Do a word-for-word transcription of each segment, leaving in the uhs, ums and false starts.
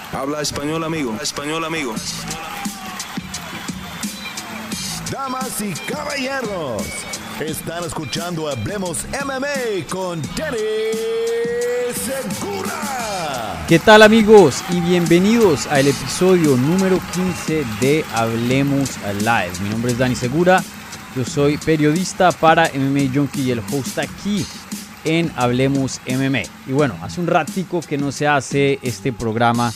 Habla español, amigo. Habla español, amigo. Damas y caballeros, están escuchando Hablemos M M A con Danny Segura. ¿Qué tal, amigos? Y bienvenidos al episodio número quince de Hablemos Live. Mi nombre es Danny Segura, yo soy periodista para M M A Junkie y el host aquí en Hablemos M M A. Y bueno, hace un ratico que no se hace este programa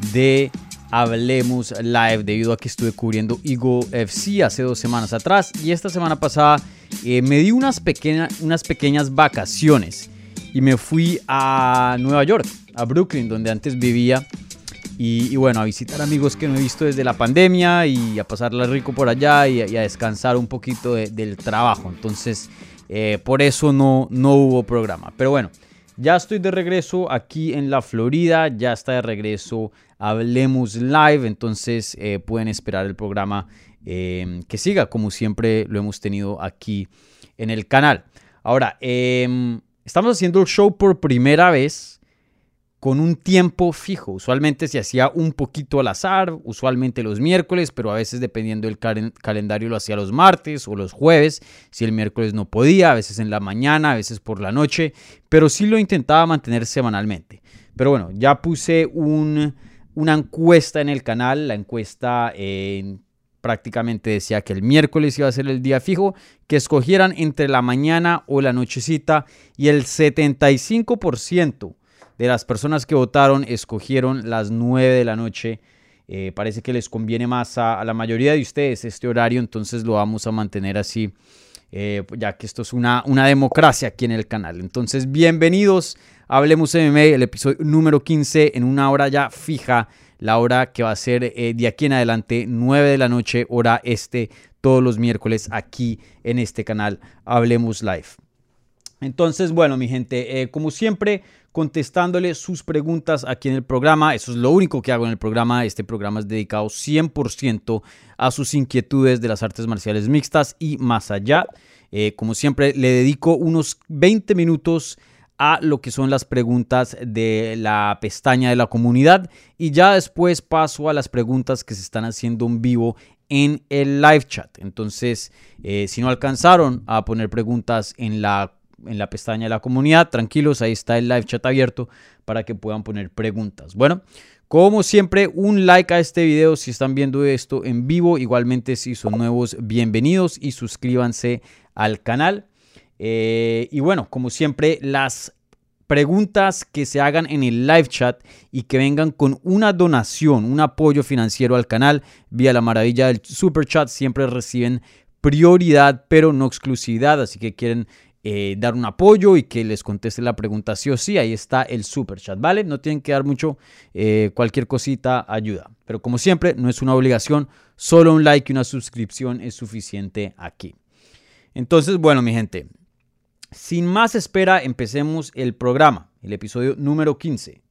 de Hablemos Live debido a que estuve cubriendo Eagle F C hace dos semanas atrás y esta semana pasada eh, me di unas, pequeña, unas pequeñas vacaciones y me fui a Nueva York, a Brooklyn, donde antes vivía y, y bueno, a visitar amigos que no he visto desde la pandemia y a pasarla rico por allá y, y a descansar un poquito de, del trabajo. Entonces eh, por eso no, no hubo programa, pero bueno, ya estoy de regreso aquí en la Florida, ya está de regreso Hablemos Live, entonces eh, pueden esperar el programa eh, que siga, como siempre lo hemos tenido aquí en el canal. Ahora, eh, estamos haciendo el show por primera vez con un tiempo fijo. Usualmente se hacía un poquito al azar, usualmente los miércoles, pero a veces dependiendo del cal- calendario lo hacía los martes o los jueves. Si el miércoles no podía, a veces en la mañana, a veces por la noche, pero sí lo intentaba mantener semanalmente. Pero bueno, ya puse un, una encuesta en el canal. La encuesta eh, prácticamente decía que el miércoles iba a ser el día fijo, que escogieran entre la mañana o la nochecita, y el setenta y cinco por ciento de las personas que votaron escogieron las nueve de la noche. Eh, parece que les conviene más a, a la mayoría de ustedes este horario, entonces lo vamos a mantener así, eh, ya que esto es una, una democracia aquí en el canal. Entonces, bienvenidos a Hablemos M M A, el episodio número quince, en una hora ya fija, la hora que va a ser eh, de aquí en adelante, nueve de la noche, hora este, todos los miércoles aquí en este canal, Hablemos Live. Entonces, bueno, mi gente, eh, como siempre, contestándole sus preguntas aquí en el programa. Eso es lo único que hago en el programa. Este programa es dedicado cien por ciento a sus inquietudes de las artes marciales mixtas y más allá. Eh, como siempre, le dedico unos veinte minutos a lo que son las preguntas de la pestaña de la comunidad y ya después paso a las preguntas que se están haciendo en vivo en el live chat. Entonces, eh, si no alcanzaron a poner preguntas en la en la pestaña de la comunidad, tranquilos, ahí está el live chat abierto para que puedan poner preguntas. Bueno, como siempre, un like a este video si están viendo esto en vivo. Igualmente, si son nuevos, bienvenidos y suscríbanse al canal. Eh, y bueno, como siempre, las preguntas que se hagan en el live chat y que vengan con una donación, un apoyo financiero al canal vía la maravilla del super chat, siempre reciben prioridad, pero no exclusividad. Así que quieren Eh, dar un apoyo y que les conteste la pregunta sí o sí, ahí está el super chat, ¿vale? No tienen que dar mucho, eh, cualquier cosita ayuda, pero como siempre no es una obligación, solo un like y una suscripción es suficiente aquí. Entonces, bueno, mi gente, sin más espera, empecemos el programa, el episodio número quince.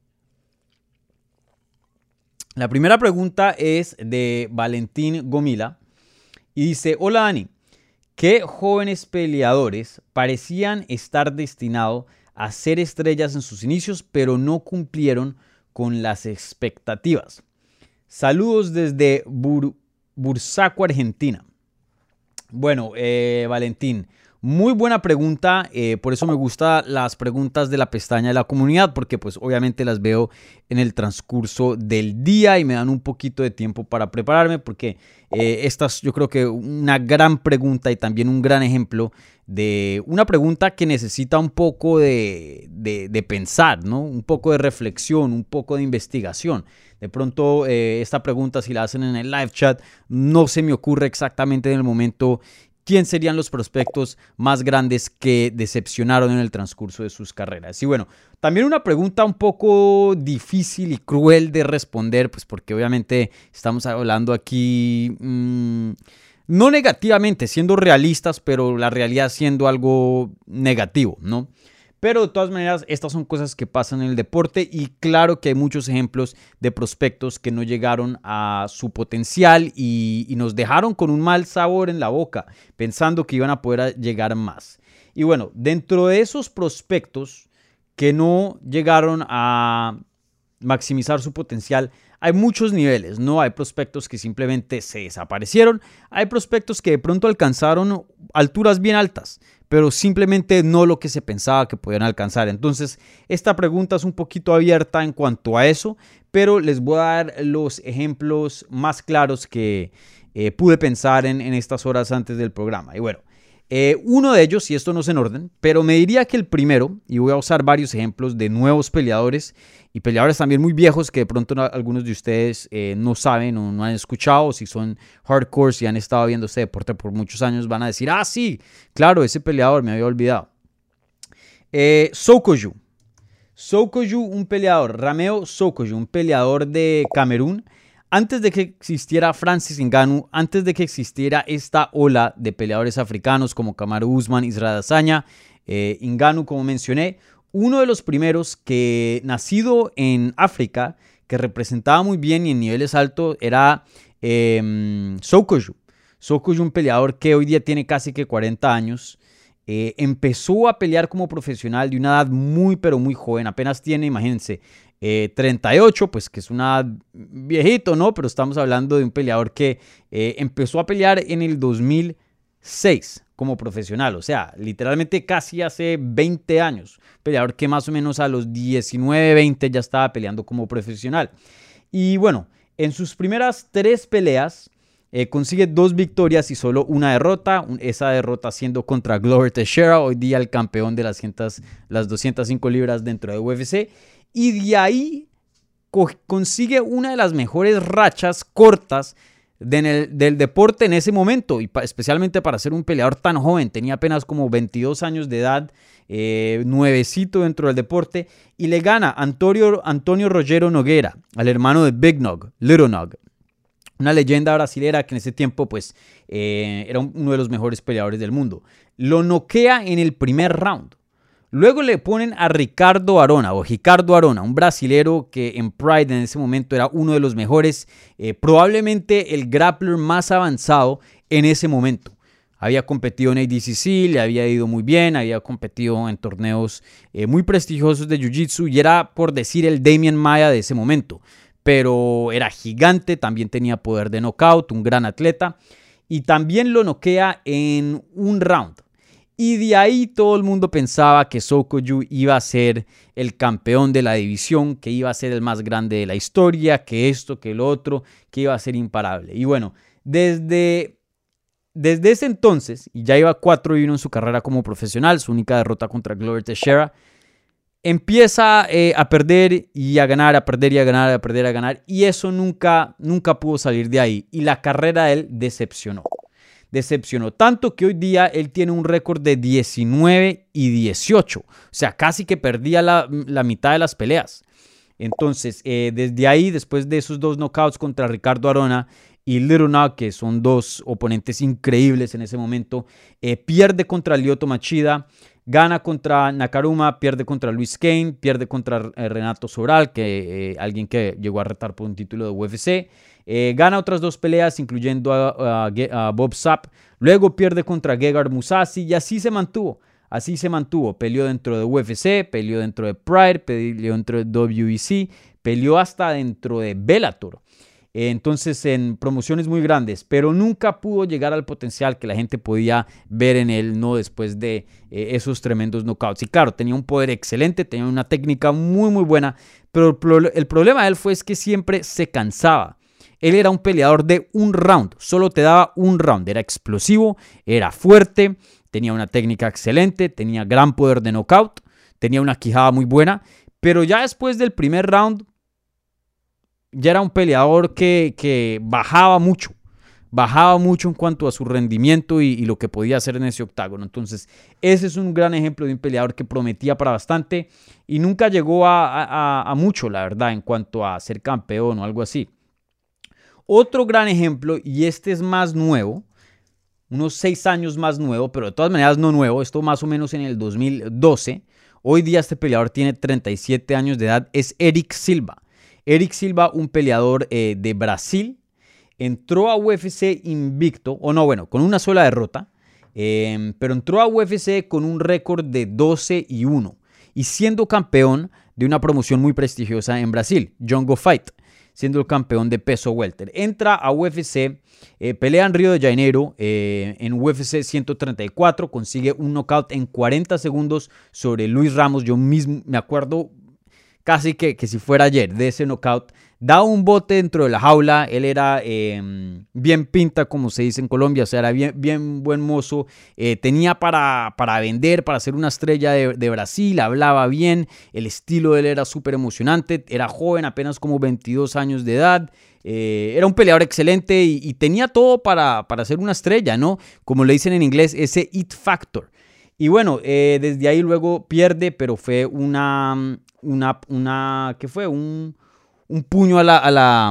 La primera pregunta es de Valentín Gomila y dice: hola Dani, ¿qué jóvenes peleadores parecían estar destinados a ser estrellas en sus inicios, pero no cumplieron con las expectativas? Saludos desde Bur- Bursaco, Argentina. Bueno, eh, Valentín, muy buena pregunta, eh, por eso me gustan las preguntas de la pestaña de la comunidad, porque pues obviamente las veo en el transcurso del día y me dan un poquito de tiempo para prepararme, porque eh, esta es, yo creo que una gran pregunta y también un gran ejemplo de una pregunta que necesita un poco de, de, de pensar, ¿no? Un poco de reflexión, un poco de investigación. De pronto eh, esta pregunta, si la hacen en el live chat, no se me ocurre exactamente en el momento quién serían los prospectos más grandes que decepcionaron en el transcurso de sus carreras. Y bueno, también una pregunta un poco difícil y cruel de responder, pues porque obviamente estamos hablando aquí, mmm, no negativamente, siendo realistas, pero la realidad siendo algo negativo, ¿no? Pero de todas maneras, estas son cosas que pasan en el deporte y claro que hay muchos ejemplos de prospectos que no llegaron a su potencial y, y nos dejaron con un mal sabor en la boca, pensando que iban a poder llegar más. Y bueno, dentro de esos prospectos que no llegaron a, maximizar su potencial, hay muchos niveles, ¿no? Hay prospectos que simplemente se desaparecieron, hay prospectos que de pronto alcanzaron alturas bien altas, pero simplemente no lo que se pensaba que podían alcanzar. Entonces, esta pregunta es un poquito abierta en cuanto a eso, pero les voy a dar los ejemplos más claros que eh, pude pensar en, en estas horas antes del programa. Y bueno, Eh, uno de ellos, y esto no es en orden, pero me diría que el primero, y voy a usar varios ejemplos de nuevos peleadores y peleadores también muy viejos que de pronto no, algunos de ustedes eh, no saben o no han escuchado, o si son hardcore y han estado viendo este deporte por muchos años, van a decir, ah, sí, claro, ese peleador, me había olvidado. Eh, Sokoju. Sokoju, un peleador, Rameo Sokoju, un peleador de Camerún. Antes de que existiera Francis Ngannou, antes de que existiera esta ola de peleadores africanos como Kamaru Usman, Israel Adesanya, eh, Ngannou, como mencioné, uno de los primeros que nacido en África, que representaba muy bien y en niveles altos, era eh, Sokoju. Sokoju, un peleador que hoy día tiene casi que cuarenta años, eh, empezó a pelear como profesional de una edad muy pero muy joven, apenas tiene, imagínense, Eh, treinta y ocho, pues que es una viejito, ¿no? Pero estamos hablando de un peleador que eh, empezó a pelear en el dos mil seis como profesional, o sea, literalmente casi hace veinte años. Peleador que más o menos a los diecinueve, veinte ya estaba peleando como profesional. Y bueno, en sus primeras tres peleas eh, consigue dos victorias y solo una derrota. Esa derrota siendo contra Glover Teixeira, hoy día el campeón de las, cientos, las doscientas cinco libras dentro de U F C. Y de ahí consigue una de las mejores rachas cortas de el, del deporte en ese momento, y pa, especialmente para ser un peleador tan joven. Tenía apenas como veintidós años de edad, eh, nuevecito dentro del deporte, y le gana Antonio, Antonio Rogério Nogueira, al hermano de Big Nog, Little Nog, una leyenda brasilera que en ese tiempo pues, eh, era uno de los mejores peleadores del mundo. Lo noquea en el primer round. Luego le ponen a Ricardo Arona, o Ricardo Arona, un brasilero que en Pride en ese momento era uno de los mejores, eh, probablemente el grappler más avanzado en ese momento. Había competido en A D C C, le había ido muy bien, había competido en torneos eh, muy prestigiosos de Jiu-Jitsu y era, por decir, el Demian Maia de ese momento. Pero era gigante, también tenía poder de knockout, un gran atleta, y también lo noquea en un round. Y de ahí todo el mundo pensaba que Sokoju iba a ser el campeón de la división, que iba a ser el más grande de la historia, que esto, que lo otro, que iba a ser imparable. Y bueno, desde, desde ese entonces, y ya iba cuatro y uno en su carrera como profesional, su única derrota contra Glover Teixeira, empieza eh, a perder y a ganar, a perder y a ganar, a perder y a ganar. Y eso nunca, nunca pudo salir de ahí. Y la carrera de él decepcionó. Decepcionó tanto que hoy día él tiene un récord de diecinueve y dieciocho. O sea, casi que perdía la, la mitad de las peleas. Entonces, eh, desde ahí, después de esos dos knockouts contra Ricardo Arona y Little Nog, que son dos oponentes increíbles en ese momento, eh, pierde contra Lyoto Machida, gana contra Nakaruma, pierde contra Luis Kane, pierde contra eh, Renato Sobral, que eh, alguien que llegó a retar por un título de U F C. Eh, gana otras dos peleas, incluyendo a, a, a Bob Sapp. Luego pierde contra Gegard Mousasi y así se mantuvo. Así se mantuvo. Peleó dentro de U F C, peleó dentro de Pride, peleó dentro de W E C, peleó hasta dentro de Bellator. Eh, entonces en promociones muy grandes, pero nunca pudo llegar al potencial que la gente podía ver en él, no después de eh, esos tremendos knockouts. Y claro, tenía un poder excelente, tenía una técnica muy muy buena, pero el, pro- el problema de él fue es que siempre se cansaba. Él era un peleador de un round, solo te daba un round, era explosivo, era fuerte, tenía una técnica excelente, tenía gran poder de knockout, tenía una quijada muy buena, pero ya después del primer round, ya era un peleador que, que bajaba mucho, bajaba mucho en cuanto a su rendimiento y, y lo que podía hacer en ese octágono. Entonces, ese es un gran ejemplo de un peleador que prometía para bastante y nunca llegó a, a, a mucho, la verdad, en cuanto a ser campeón o algo así. Otro gran ejemplo, y este es más nuevo, unos seis años más nuevo, pero de todas maneras no nuevo, esto más o menos en el dos mil doce. Hoy día este peleador tiene treinta y siete años de edad, es Erick Silva. Erick Silva, un peleador eh, de Brasil, entró a U F C invicto, o no, bueno, con una sola derrota, eh, pero entró a U F C con un récord de doce y uno. Y siendo campeón de una promoción muy prestigiosa en Brasil, Jungle Fight, siendo el campeón de peso welter. Entra a U F C, eh, pelea en Río de Janeiro, eh, en U F C ciento treinta y cuatro, consigue un knockout en cuarenta segundos sobre Luis Ramos. Yo mismo me acuerdo casi que, que si fuera ayer de ese knockout. Da un bote dentro de la jaula. Él era eh, bien pinta, como se dice en Colombia, o sea, era bien, bien buen mozo. Eh, tenía para, para vender, para ser una estrella de, de Brasil, hablaba bien, el estilo de él era súper emocionante, era joven, apenas como veintidós años de edad. Eh, era un peleador excelente y, y tenía todo para, para ser una estrella, ¿no? Como le dicen en inglés, ese it factor. Y bueno, eh, desde ahí luego pierde, pero fue una, una, una ¿qué fue? Un... un puño a la, a la,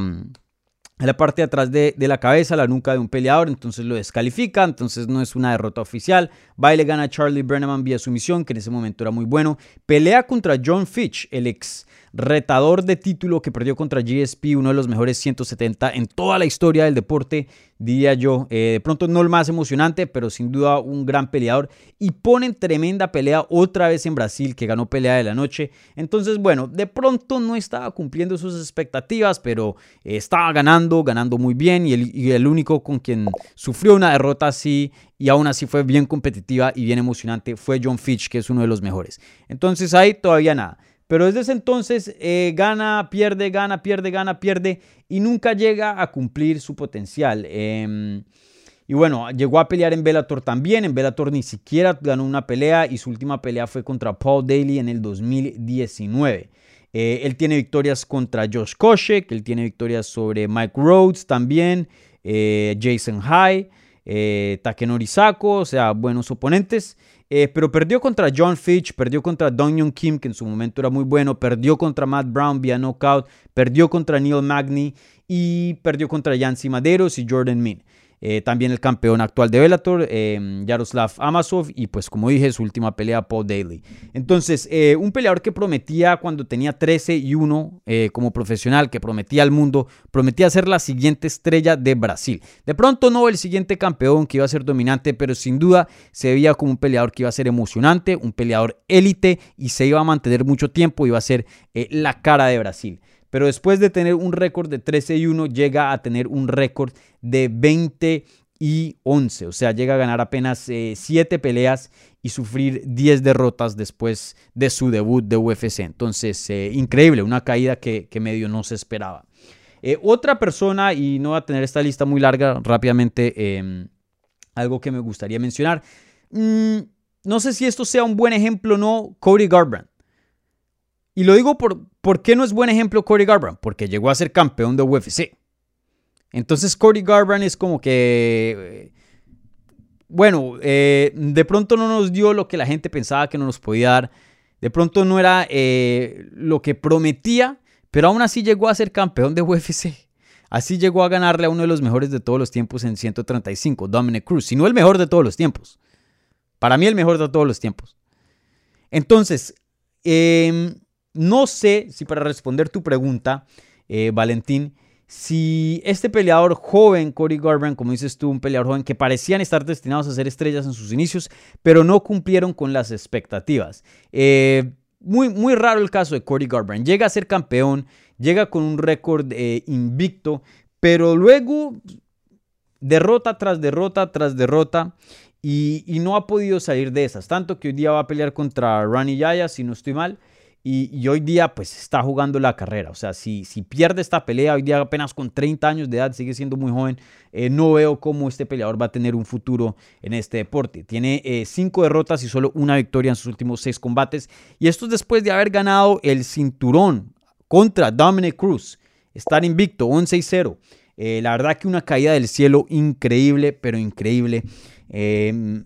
a la parte de atrás de, de la cabeza, a la nuca de un peleador, entonces lo descalifica, entonces no es una derrota oficial. Va y le gana a Charlie Brenneman vía sumisión, que en ese momento era muy bueno. Pelea contra John Fitch, el ex retador de título que perdió contra G S P, uno de los mejores ciento setenta en toda la historia del deporte, diría yo. Eh, de pronto no el más emocionante, pero sin duda un gran peleador. Y ponen tremenda pelea otra vez en Brasil, que ganó pelea de la noche. Entonces, bueno, de pronto no estaba cumpliendo sus expectativas, pero eh, estaba ganando, ganando muy bien. Y el, y el único con quien sufrió una derrota así, y aún así fue bien competitiva y bien emocionante, fue John Fitch, que es uno de los mejores. Entonces ahí todavía nada. Pero desde ese entonces eh, gana, pierde, gana, pierde, gana, pierde y nunca llega a cumplir su potencial. Eh, y bueno, llegó a pelear en Bellator también. En Bellator ni siquiera ganó una pelea y su última pelea fue contra Paul Daly en el dos mil diecinueve. Eh, él tiene victorias contra Josh Koscheck, él tiene victorias sobre Mike Rhodes también, eh, Jason High, eh, Takenori Sako, o sea, buenos oponentes. Eh, pero perdió contra John Fitch, perdió contra Dong Hyun Kim, que en su momento era muy bueno, perdió contra Matt Brown vía knockout, perdió contra Neil Magny y perdió contra Yancy Maderos y Jordan Min. Eh, también el campeón actual de Bellator, eh, Yaroslav Amosov, y pues como dije, su última pelea, Paul Daly. Entonces, eh, un peleador que prometía cuando tenía trece y uno eh, como profesional, que prometía al mundo, prometía ser la siguiente estrella de Brasil. De pronto no el siguiente campeón que iba a ser dominante, pero sin duda se veía como un peleador que iba a ser emocionante, un peleador élite y se iba a mantener mucho tiempo, iba a ser eh, la cara de Brasil. Pero después de tener un récord de trece y uno, llega a tener un récord de veinte y once. O sea, llega a ganar apenas eh, siete peleas y sufrir diez derrotas después de su debut de U F C. Entonces, eh, increíble, una caída que, que medio no se esperaba. Eh, otra persona, y no voy a tener esta lista muy larga, rápidamente, eh, algo que me gustaría mencionar. Mm, no sé si esto sea un buen ejemplo o no, Cody Garbrandt. Y lo digo por, ¿por qué no es buen ejemplo Cody Garbrandt? Porque llegó a ser campeón de U F C. Entonces Cody Garbrandt es como que, bueno, eh, de pronto no nos dio lo que la gente pensaba que no nos podía dar. De pronto no era eh, lo que prometía, pero aún así llegó a ser campeón de U F C. Así llegó a ganarle a uno de los mejores de todos los tiempos en ciento treinta y cinco, Dominick Cruz. Si no el mejor de todos los tiempos. Para mí el mejor de todos los tiempos. Entonces, eh... no sé si para responder tu pregunta, eh, Valentín, si este peleador joven, Cody Garbrandt, como dices tú, un peleador joven que parecían estar destinados a ser estrellas en sus inicios, pero no cumplieron con las expectativas. Eh, muy, muy raro el caso de Cody Garbrandt. Llega a ser campeón, llega con un récord eh, invicto, pero luego derrota tras derrota tras derrota y, y no ha podido salir de esas. Tanto que hoy día va a pelear contra Rani Yaya, si no estoy mal. Y, y hoy día pues está jugando la carrera. O sea, si, si pierde esta pelea, hoy día apenas con treinta años de edad, sigue siendo muy joven, eh, no veo cómo este peleador va a tener un futuro en este deporte. Tiene eh, cinco derrotas y solo una victoria en sus últimos seis combates. Y esto es después de haber ganado el cinturón contra Dominick Cruz. Estar invicto, once y cero. Eh, la verdad que una caída del cielo increíble, pero increíble. Eh...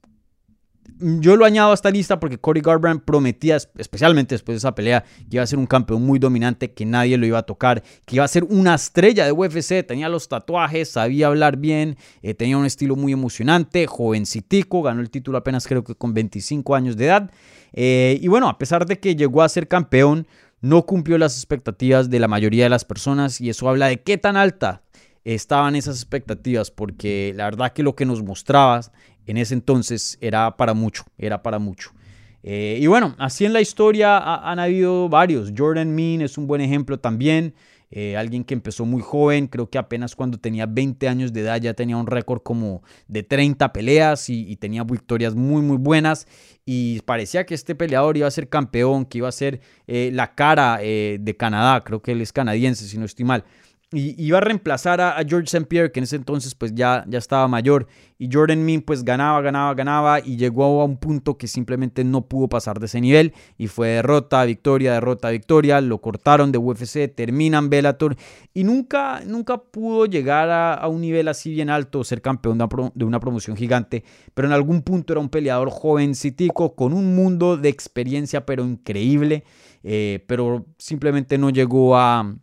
Yo lo añado a esta lista porque Cody Garbrandt prometía, especialmente después de esa pelea, que iba a ser un campeón muy dominante, que nadie lo iba a tocar, que iba a ser una estrella de U F C. Tenía los tatuajes, sabía hablar bien, eh, tenía un estilo muy emocionante, jovencitico, ganó el título apenas creo que con veinticinco años de edad. Eh, y bueno, a pesar de que llegó a ser campeón, no cumplió las expectativas de la mayoría de las personas y eso habla de qué tan alta estaban esas expectativas, porque la verdad que lo que nos mostraba en ese entonces era para mucho, era para mucho. Eh, y bueno, así en la historia ha, han habido varios. Jordan Mein es un buen ejemplo también. Eh, alguien que empezó muy joven, creo que apenas cuando tenía veinte años de edad ya tenía un récord como de treinta peleas y, y tenía victorias muy muy buenas y parecía que este peleador iba a ser campeón, que iba a ser eh, la cara eh, de Canadá, creo que él es canadiense si no estoy mal. Y iba a reemplazar a, a George Saint Pierre, que en ese entonces pues ya, ya estaba mayor. Y Jordan Mein pues ganaba, ganaba, ganaba y llegó a un punto que simplemente no pudo pasar de ese nivel. Y fue derrota, victoria, derrota, victoria. Lo cortaron de U F C, terminan Bellator. Y nunca, nunca pudo llegar a, a un nivel así bien alto, ser campeón de una, de una promoción gigante. Pero en algún punto era un peleador jovencitico con un mundo de experiencia pero increíble. Eh, pero simplemente no llegó a...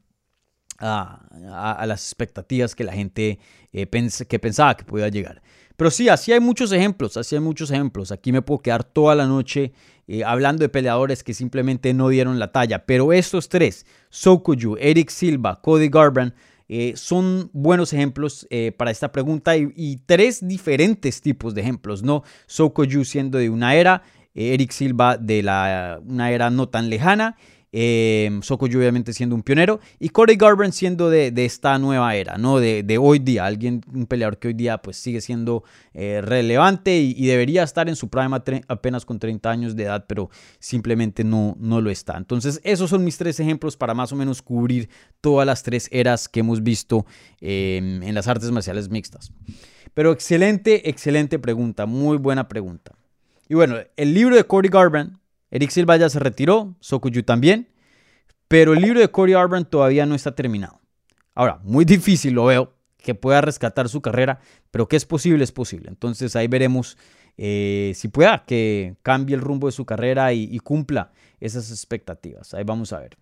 A, a, a las expectativas que la gente eh, pens que pensaba que podía llegar. Pero sí, así hay muchos ejemplos, así hay muchos ejemplos. Aquí me puedo quedar toda la noche eh, hablando de peleadores que simplemente no dieron la talla. Pero estos tres, Sokoudjou, Erick Silva, Cody Garbrandt, eh, son buenos ejemplos eh, para esta pregunta y, y tres diferentes tipos de ejemplos, ¿no? Sokoudjou siendo de una era, eh, Erick Silva de la, una era no tan lejana, Eh, Sokoudjou obviamente siendo un pionero y Cody Garbrandt siendo de, de esta nueva era, ¿no? De, de hoy día, alguien, un peleador que hoy día pues sigue siendo eh, relevante y, y debería estar en su prime apenas con treinta años de edad, pero simplemente no, no lo está. Entonces esos son mis tres ejemplos para más o menos cubrir todas las tres eras que hemos visto eh, en las artes marciales mixtas. Pero excelente, excelente pregunta, muy buena pregunta. Y bueno, el libro de Cody Garbrandt, Erick Silva ya se retiró, Sokoudjou también, pero el libro de Cody Garbrandt todavía no está terminado. Ahora, muy difícil lo veo, que pueda rescatar su carrera, pero que es posible, es posible. Entonces ahí veremos eh, si pueda que cambie el rumbo de su carrera y, y cumpla esas expectativas. Ahí vamos a ver.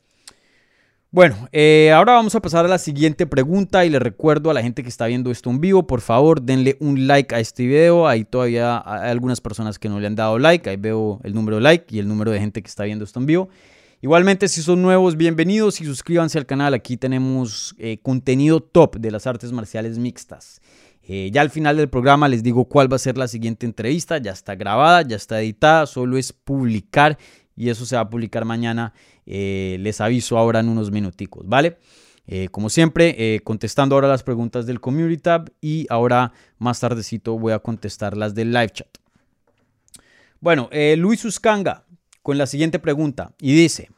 Bueno, eh, ahora vamos a pasar a la siguiente pregunta y le recuerdo a la gente que está viendo esto en vivo, por favor denle un like a este video. Ahí todavía hay algunas personas que no le han dado like, ahí veo el número de like y el número de gente que está viendo esto en vivo. Igualmente, si son nuevos, bienvenidos y suscríbanse al canal. Aquí tenemos eh, contenido top de las artes marciales mixtas. Eh, ya al final del programa les digo cuál va a ser la siguiente entrevista. Ya está grabada, ya está editada, solo es publicar y eso se va a publicar mañana. Eh, les aviso ahora en unos minuticos, ¿vale? Eh, como siempre, eh, contestando ahora las preguntas del Community Tab y ahora más tardecito voy a contestar las del live chat. Bueno, eh, Luis Uscanga con la siguiente pregunta y dice: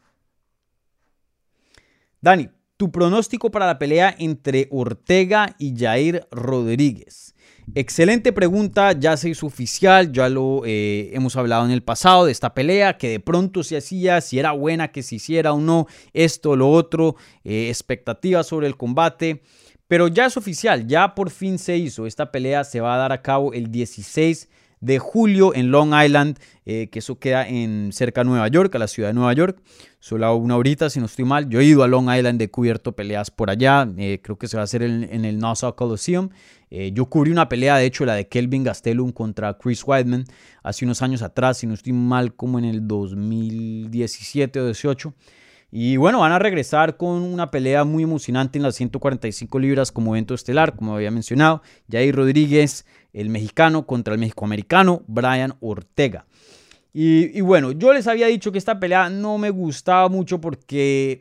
Dani, tu pronóstico para la pelea entre Ortega y Yair Rodríguez. Excelente pregunta, ya se hizo oficial, ya lo eh, hemos hablado en el pasado de esta pelea, que de pronto se hacía, si era buena que se hiciera o no, esto, lo otro, eh, expectativas sobre el combate, pero ya es oficial, ya por fin se hizo. Esta pelea se va a dar a cabo el dieciséis de julio en Long Island, eh, que eso queda en cerca de Nueva York, a la ciudad de Nueva York, solo una horita si no estoy mal. Yo he ido a Long Island, he cubierto peleas por allá, eh, creo que se va a hacer en, en el Nassau Coliseum. Eh, yo cubrí una pelea, de hecho la de Kelvin Gastelum contra Chris Weidman hace unos años atrás, si no estoy mal, como en el dos mil diecisiete o dieciocho. Y bueno, van a regresar con una pelea muy emocionante en las ciento cuarenta y cinco libras como evento estelar, como había mencionado. Yair Rodríguez, el mexicano, contra el mexicoamericano Brian Ortega. Y, y bueno, yo les había dicho que esta pelea no me gustaba mucho porque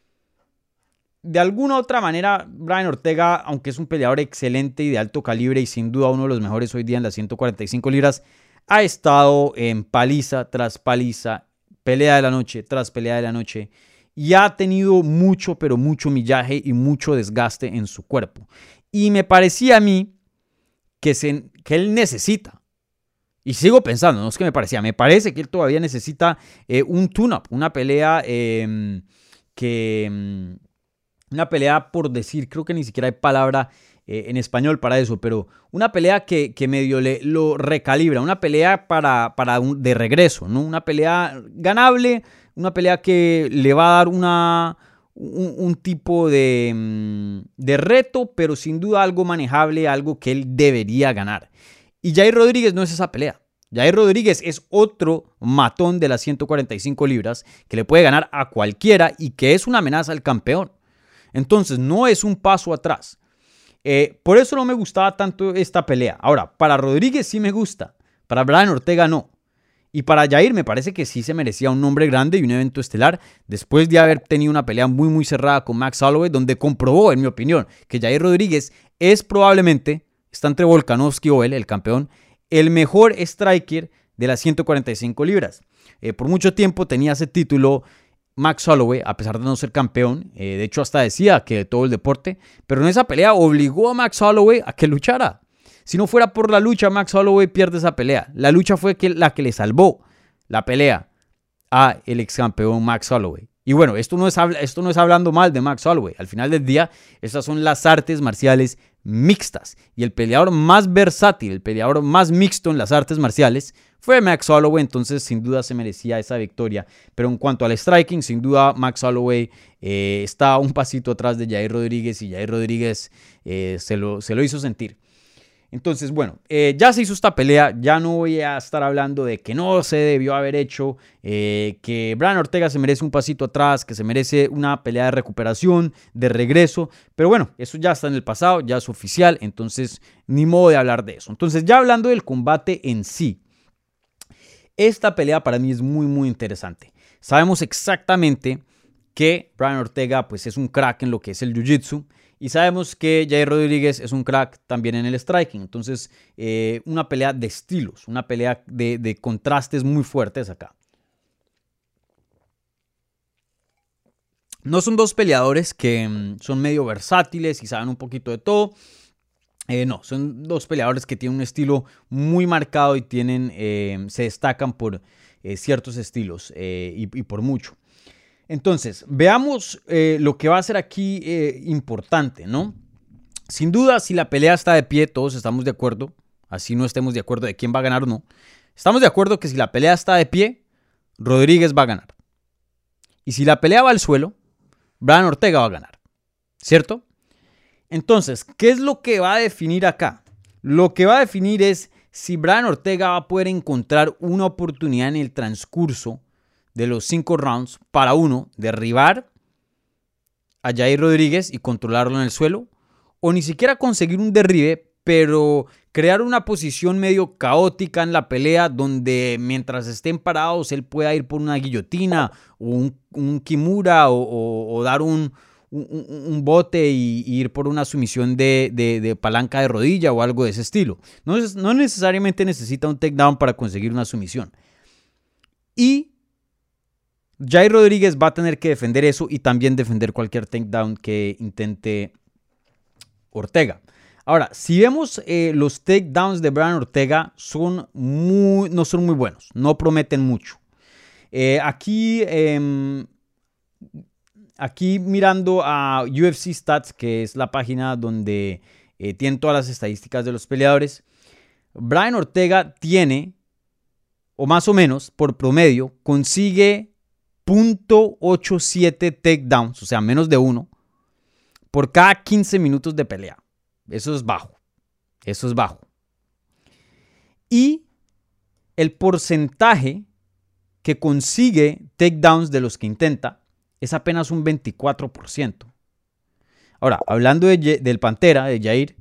de alguna u otra manera Brian Ortega, aunque es un peleador excelente y de alto calibre y sin duda uno de los mejores hoy día en las ciento cuarenta y cinco libras, ha estado en paliza tras paliza, pelea de la noche tras pelea de la noche. Y ha tenido mucho, pero mucho millaje y mucho desgaste en su cuerpo. Y me parecía a mí que, se, que él necesita, y sigo pensando, no es que me parecía, me parece que él todavía necesita eh, un tune-up, una pelea eh, que, una pelea por decir, creo que ni siquiera hay palabra eh, en español para eso, pero una pelea que, que medio le, lo recalibra, una pelea para, para un, de regreso, ¿no? Una pelea ganable, una pelea que le va a dar una, un, un tipo de, de reto, pero sin duda algo manejable, algo que él debería ganar. Y Yair Rodríguez no es esa pelea. Yair Rodríguez es otro matón de las ciento cuarenta y cinco libras que le puede ganar a cualquiera y que es una amenaza al campeón. Entonces no es un paso atrás. Eh, por eso no me gustaba tanto esta pelea. Ahora, para Rodríguez sí me gusta, para Brian Ortega no. Y para Jair me parece que sí se merecía un nombre grande y un evento estelar después de haber tenido una pelea muy muy cerrada con Max Holloway, donde comprobó, en mi opinión, que Jair Rodríguez es probablemente, está entre Volkanovski o él, el campeón, el mejor striker de las ciento cuarenta y cinco libras. Eh, por mucho tiempo tenía ese título Max Holloway, a pesar de no ser campeón. Eh, de hecho, hasta decía que de todo el deporte. Pero en esa pelea obligó a Max Holloway a que luchara. Si no fuera por la lucha, Max Holloway pierde esa pelea. La lucha fue que, la que le salvó la pelea a el ex campeón Max Holloway. Y bueno, esto no, es, esto no es hablando mal de Max Holloway. Al final del día, estas son las artes marciales mixtas. Y el peleador más versátil, el peleador más mixto en las artes marciales fue Max Holloway. Entonces, sin duda se merecía esa victoria. Pero en cuanto al striking, sin duda Max Holloway eh, está un pasito atrás de Jair Rodríguez. Y Jair Rodríguez eh, se, lo, se lo hizo sentir. Entonces, bueno, eh, ya se hizo esta pelea, ya no voy a estar hablando de que no se debió haber hecho, eh, que Brian Ortega se merece un pasito atrás, que se merece una pelea de recuperación, de regreso, pero bueno, eso ya está en el pasado, ya es oficial, entonces ni modo de hablar de eso. Entonces, ya hablando del combate en sí, esta pelea para mí es muy, muy interesante. Sabemos exactamente que Brian Ortega pues, es un crack en lo que es el jiu-jitsu. Y sabemos que Jair Rodríguez es un crack también en el striking. Entonces, eh, una pelea de estilos, una pelea de, de contrastes muy fuertes acá. No son dos peleadores que mm, son medio versátiles y saben un poquito de todo. Eh, no, son dos peleadores que tienen un estilo muy marcado y tienen, eh, se destacan por eh, ciertos estilos eh, y, y por mucho. Entonces, veamos eh, lo que va a ser aquí eh, importante, ¿no? Sin duda, si la pelea está de pie, todos estamos de acuerdo, así no estemos de acuerdo de quién va a ganar o no. Estamos de acuerdo que si la pelea está de pie, Rodríguez va a ganar. Y si la pelea va al suelo, Brian Ortega va a ganar, ¿cierto? Entonces, ¿qué es lo que va a definir acá? Lo que va a definir es si Brian Ortega va a poder encontrar una oportunidad en el transcurso de los cinco rounds para uno, derribar a Jair Rodríguez y controlarlo en el suelo, o ni siquiera conseguir un derribe, pero crear una posición medio caótica en la pelea donde mientras estén parados él pueda ir por una guillotina o un, un kimura o, o, o dar un, un, un bote y, y ir por una sumisión de, de, de palanca de rodilla o algo de ese estilo. No, no necesariamente necesita un takedown para conseguir una sumisión. Y Jair Rodríguez va a tener que defender eso y también defender cualquier takedown que intente Ortega. Ahora, si vemos eh, los takedowns de Brian Ortega son muy, no son muy buenos, no prometen mucho. Eh, aquí, eh, aquí mirando a U F C Stats, que es la página donde eh, tienen todas las estadísticas de los peleadores, Brian Ortega tiene, o más o menos por promedio, consigue punto ochenta y siete takedowns, o sea, menos de uno, por cada quince minutos de pelea. Eso es bajo. Eso es bajo. Y el porcentaje que consigue takedowns de los que intenta es apenas un veinticuatro por ciento. Ahora, hablando de, del Pantera, de Jair,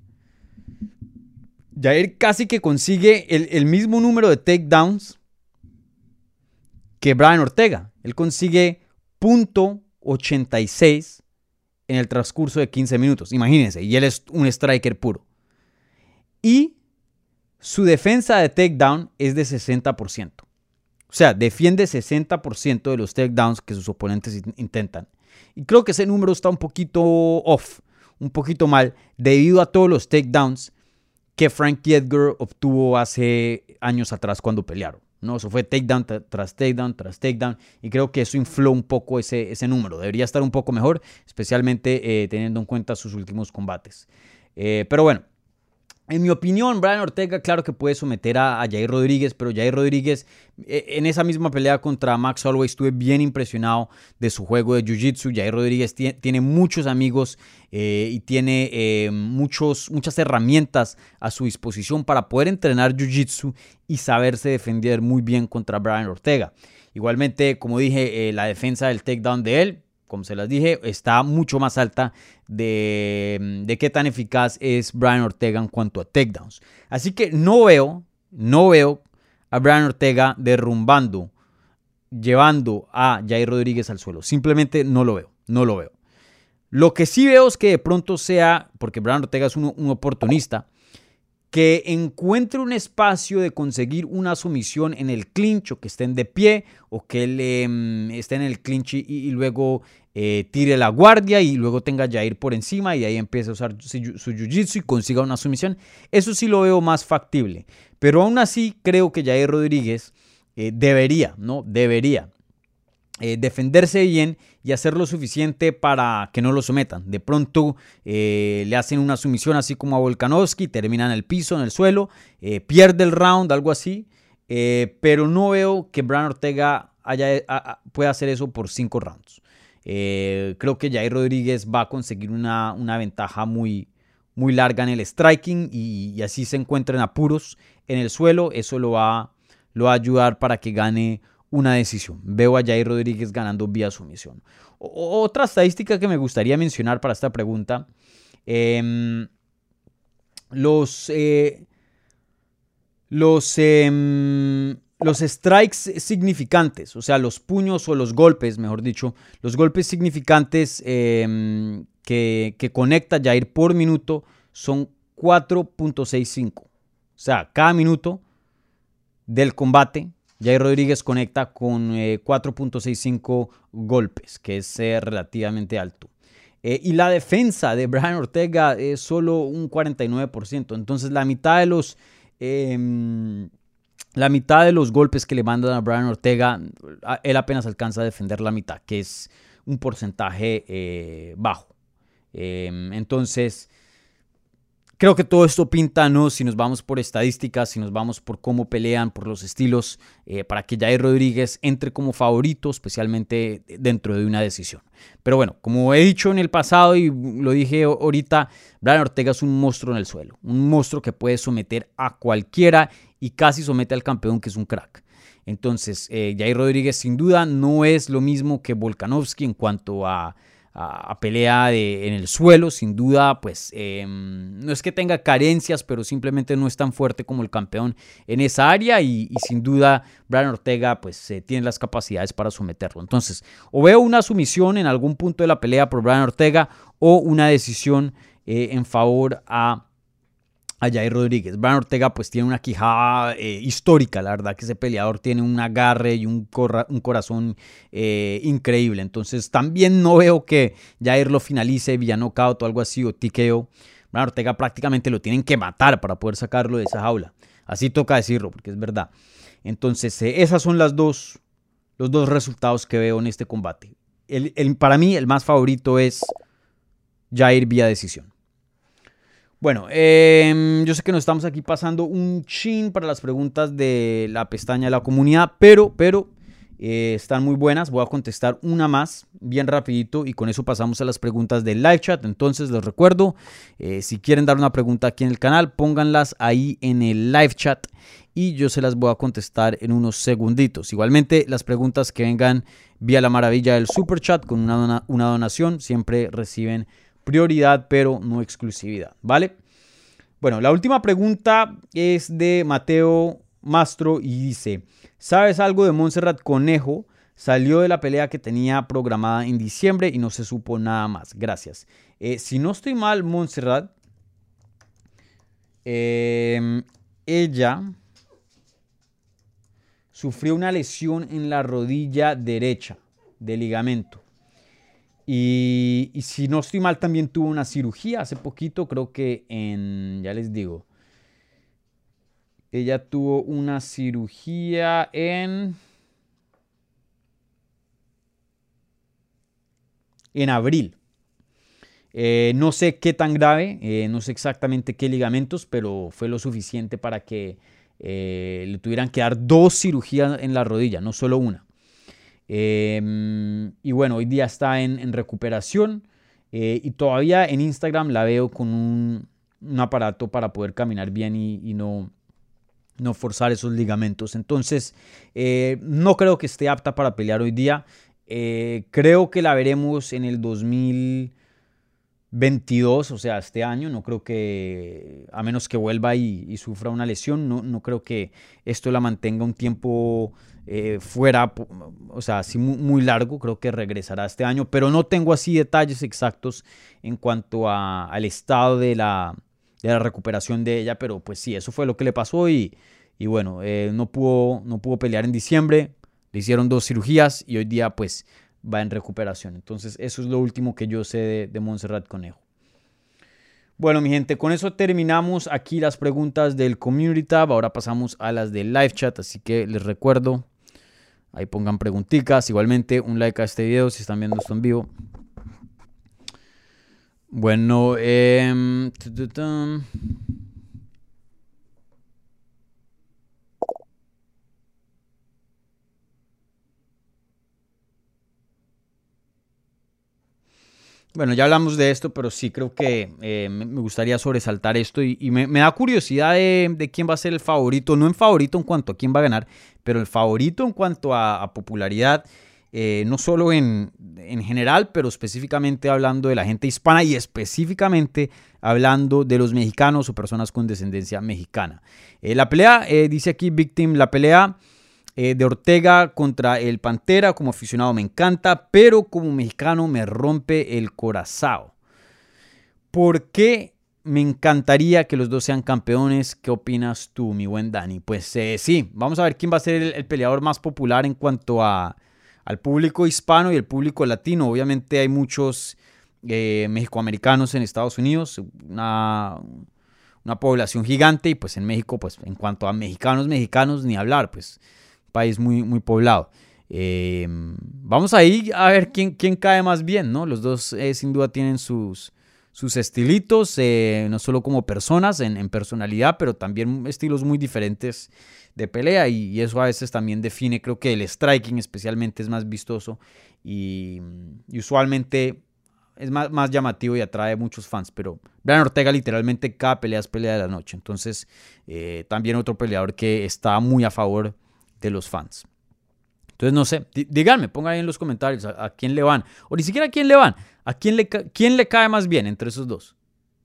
Jair casi que consigue el, el mismo número de takedowns que Brian Ortega. Él consigue punto ochenta y seis en el transcurso de quince minutos. Imagínense, y él es un striker puro. Y su defensa de takedown es de sesenta por ciento. O sea, defiende sesenta por ciento de los takedowns que sus oponentes intentan. Y creo que ese número está un poquito off, un poquito mal, debido a todos los takedowns que Frankie Edgar obtuvo hace años atrás cuando pelearon. No, eso fue takedown tras takedown tras takedown y creo que eso infló un poco ese, ese número. Debería estar un poco mejor, especialmente eh, teniendo en cuenta sus últimos combates. Eh, pero bueno, en mi opinión, Brian Ortega claro que puede someter a, a Jair Rodríguez, pero Jair Rodríguez eh, en esa misma pelea contra Max Holloway estuve bien impresionado de su juego de Jiu-Jitsu. Jair Rodríguez tiene, tiene muchos amigos eh, y tiene eh, muchos, muchas herramientas a su disposición para poder entrenar Jiu-Jitsu y saberse defender muy bien contra Brian Ortega. Igualmente, como dije, eh, la defensa del takedown de él, como se las dije, está mucho más alta de, de qué tan eficaz es Brian Ortega en cuanto a takedowns. Así que no veo, no veo a Brian Ortega derrumbando, llevando a Jair Rodríguez al suelo. Simplemente no lo veo, no lo veo. Lo que sí veo es que de pronto sea, porque Brian Ortega es un, un oportunista, que encuentre un espacio de conseguir una sumisión en el clinch, o que estén de pie, o que él eh, esté en el clinch y, y luego eh, tire la guardia y luego tenga Jair por encima y de ahí empiece a usar su, su jiu-jitsu y consiga una sumisión. Eso sí lo veo más factible. Pero aún así creo que Jair Rodríguez eh, debería, ¿no? Debería eh, defenderse bien y hacer lo suficiente para que no lo sometan. De pronto eh, le hacen una sumisión así como a Volkanovski, termina en el piso, en el suelo, eh, pierde el round, algo así. Eh, pero no veo que Brian Ortega haya, a, a, pueda hacer eso por cinco rounds. Eh, creo que Jair Rodríguez va a conseguir una, una ventaja muy, muy larga en el striking y, y así se encuentra en apuros en el suelo. Eso lo va, lo va a ayudar para que gane una decisión. Veo a Jair Rodríguez ganando vía sumisión. O, otra estadística que me gustaría mencionar para esta pregunta. Eh, los, eh, los, eh, los strikes significantes, o sea, los puños o los golpes, mejor dicho, los golpes significantes eh, que, que conecta Jair por minuto son cuatro punto sesenta y cinco. O sea, cada minuto del combate Jair Rodríguez conecta con eh, cuatro punto sesenta y cinco golpes, que es eh, relativamente alto. Eh, y la defensa de Brian Ortega es solo un cuarenta y nueve por ciento. Entonces la mitad de los, eh, la mitad de los golpes que le mandan a Brian Ortega, él apenas alcanza a defender la mitad, que es un porcentaje eh, bajo. Eh, entonces... Creo que todo esto pinta, ¿no? Si nos vamos por estadísticas, si nos vamos por cómo pelean, por los estilos, eh, para que Jair Rodríguez entre como favorito, especialmente dentro de una decisión. Pero bueno, como he dicho en el pasado y lo dije ahorita, Brian Ortega es un monstruo en el suelo. Un monstruo que puede someter a cualquiera y casi somete al campeón, que es un crack. Entonces, eh, Jair Rodríguez sin duda no es lo mismo que Volkanovski en cuanto a... a pelea de, en el suelo. Sin duda, pues eh, no es que tenga carencias, pero simplemente no es tan fuerte como el campeón en esa área y, y sin duda Brian Ortega pues eh, tiene las capacidades para someterlo. Entonces, o veo una sumisión en algún punto de la pelea por Brian Ortega o una decisión eh, en favor a a Jair Rodríguez. Brian Ortega pues tiene una quijada eh, histórica, la verdad que ese peleador tiene un agarre y un, corra, un corazón eh, increíble. Entonces también no veo que Jair lo finalice vía knockout o algo así o T K O. Brian Ortega prácticamente lo tienen que matar para poder sacarlo de esa jaula. Así toca decirlo porque es verdad. Entonces eh, esas son las dos, los dos resultados que veo en este combate. El, el, para mí el más favorito es Jair vía decisión. Bueno, eh, yo sé que nos estamos aquí pasando un chin para las preguntas de la pestaña de la comunidad, pero, pero eh, están muy buenas. Voy a contestar una más bien rapidito y con eso pasamos a las preguntas del live chat. Entonces les recuerdo, eh, si quieren dar una pregunta aquí en el canal, pónganlas ahí en el live chat y yo se las voy a contestar en unos segunditos. Igualmente, las preguntas que vengan vía la maravilla del super chat con una, dona, una donación siempre reciben prioridad, pero no exclusividad, ¿vale? Bueno, la última pregunta es de Mateo Mastro y dice: ¿sabes algo de Montserrat Conejo? Salió de la pelea que tenía programada en diciembre y no se supo nada más. Gracias. Eh, si no estoy mal, Montserrat, eh, ella sufrió una lesión en la rodilla derecha de ligamento. Y, y si no estoy mal, también tuvo una cirugía hace poquito, creo que en, ya les digo, ella tuvo una cirugía en, en abril. Eh, no sé qué tan grave, eh, no sé exactamente qué ligamentos, pero fue lo suficiente para que eh, le tuvieran que dar dos cirugías en la rodilla, no solo una. Eh, y bueno, hoy día está en, en recuperación eh, y todavía en Instagram la veo con un, un aparato para poder caminar bien y, y no, no forzar esos ligamentos. Entonces eh, no creo que esté apta para pelear hoy día. Eh, creo que la veremos en el dos mil veintidós, o sea, este año. No creo que, a menos que vuelva y, y sufra una lesión, no, no creo que esto la mantenga un tiempo eh, fuera, o sea, así muy, muy largo. Creo que regresará este año, pero no tengo así detalles exactos en cuanto a, al estado de la, de la recuperación de ella, pero pues sí, eso fue lo que le pasó y, y bueno, eh, no pudo, no pudo pelear en diciembre, le hicieron dos cirugías y hoy día pues va en recuperación. Entonces eso es lo último que yo sé de, de Montserrat Conejo. Bueno, mi gente, con eso terminamos aquí las preguntas del Community Tab. Ahora pasamos a las del Live Chat, así que les recuerdo, ahí pongan preguntitas. Igualmente un like a este video si están viendo esto en vivo. Bueno, eh, Bueno, ya hablamos de esto, pero sí creo que eh, me gustaría sobresaltar esto y, y me, me da curiosidad de, de quién va a ser el favorito, no en favorito en cuanto a quién va a ganar, pero el favorito en cuanto a, a popularidad, eh, no solo en, en general, pero específicamente hablando de la gente hispana y específicamente hablando de los mexicanos o personas con descendencia mexicana. Eh, la pelea, eh, dice aquí Victim, la pelea Eh, de Ortega contra el Pantera, como aficionado me encanta, pero como mexicano me rompe el corazón. ¿Por qué me encantaría que los dos sean campeones? ¿Qué opinas tú, mi buen Dani? Pues eh, sí, vamos a ver quién va a ser el, el peleador más popular en cuanto a, al público hispano y el público latino. Obviamente hay muchos eh, mexicoamericanos en Estados Unidos, una, una población gigante, y pues en México, pues en cuanto a mexicanos, mexicanos, ni hablar, pues país muy, muy poblado. Eh, vamos ahí a ver quién, quién cae más bien, ¿no? Los dos eh, sin duda tienen sus, sus estilitos, eh, no solo como personas, en, en personalidad, pero también estilos muy diferentes de pelea y, y eso a veces también define, creo que el striking especialmente es más vistoso y, y usualmente es más, más llamativo y atrae muchos fans, pero Brian Ortega literalmente cada pelea es pelea de la noche, entonces eh, también otro peleador que está muy a favor de los fans. Entonces, no sé, díganme, pongan ahí en los comentarios a, a quién le van, o ni siquiera a quién le van, a quién le, quién le cae más bien entre esos dos.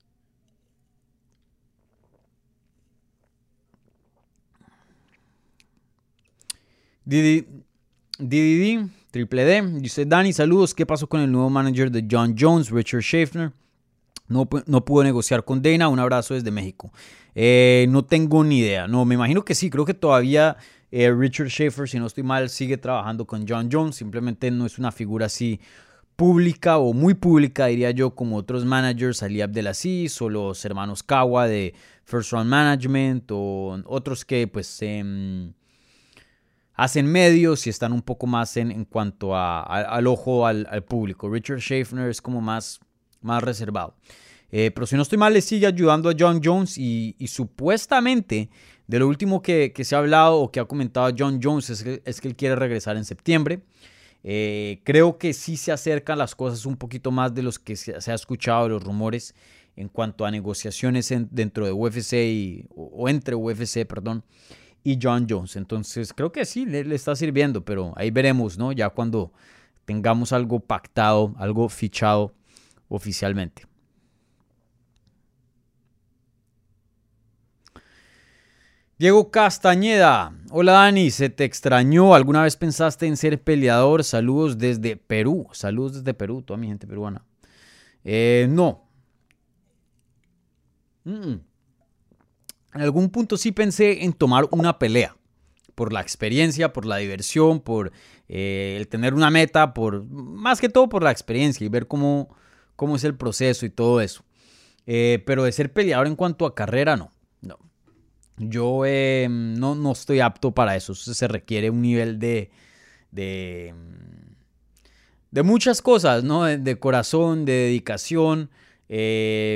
Didi, Didi, Triple D, dice Dani, saludos, ¿qué pasó con el nuevo manager de Jon Jones, Richard Schaefer? No, no pudo negociar con Dana, un abrazo desde México. Eh, no tengo ni idea, no, me imagino que sí, creo que todavía Eh, Richard Schaefer, si no estoy mal, sigue trabajando con Jon Jones. Simplemente no es una figura así pública o muy pública, diría yo, como otros managers, Ali Abdelaziz o los hermanos Kawa de First Round Management o otros que pues eh, hacen medios y están un poco más en, en cuanto a, a, al ojo al, al público. Richard Schaefer es como más, más reservado. Eh, pero si no estoy mal, le sigue ayudando a Jon Jones y, y supuestamente de lo último que, que se ha hablado o que ha comentado Jon Jones es que, es que él quiere regresar en septiembre. Eh, creo que sí se acercan las cosas un poquito más de los que se, se ha escuchado, los rumores en cuanto a negociaciones en, dentro de U F C y, o, o entre U F C, perdón, y Jon Jones. Entonces creo que sí le, le está sirviendo, pero ahí veremos, ¿no? Ya cuando tengamos algo pactado, algo fichado oficialmente. Diego Castañeda, hola Dani, ¿se te extrañó? ¿Alguna vez pensaste en ser peleador? Saludos desde Perú, saludos desde Perú, toda mi gente peruana. Eh, no. Mm-mm. En algún punto sí pensé en tomar una pelea, por la experiencia, por la diversión, por eh, el tener una meta, por más que todo por la experiencia y ver cómo, cómo es el proceso y todo eso. Eh, pero de ser peleador en cuanto a carrera, no. No. Yo eh, no, no estoy apto para eso. Se requiere un nivel de, de, de muchas cosas, ¿no? De, de corazón, de dedicación. Eh,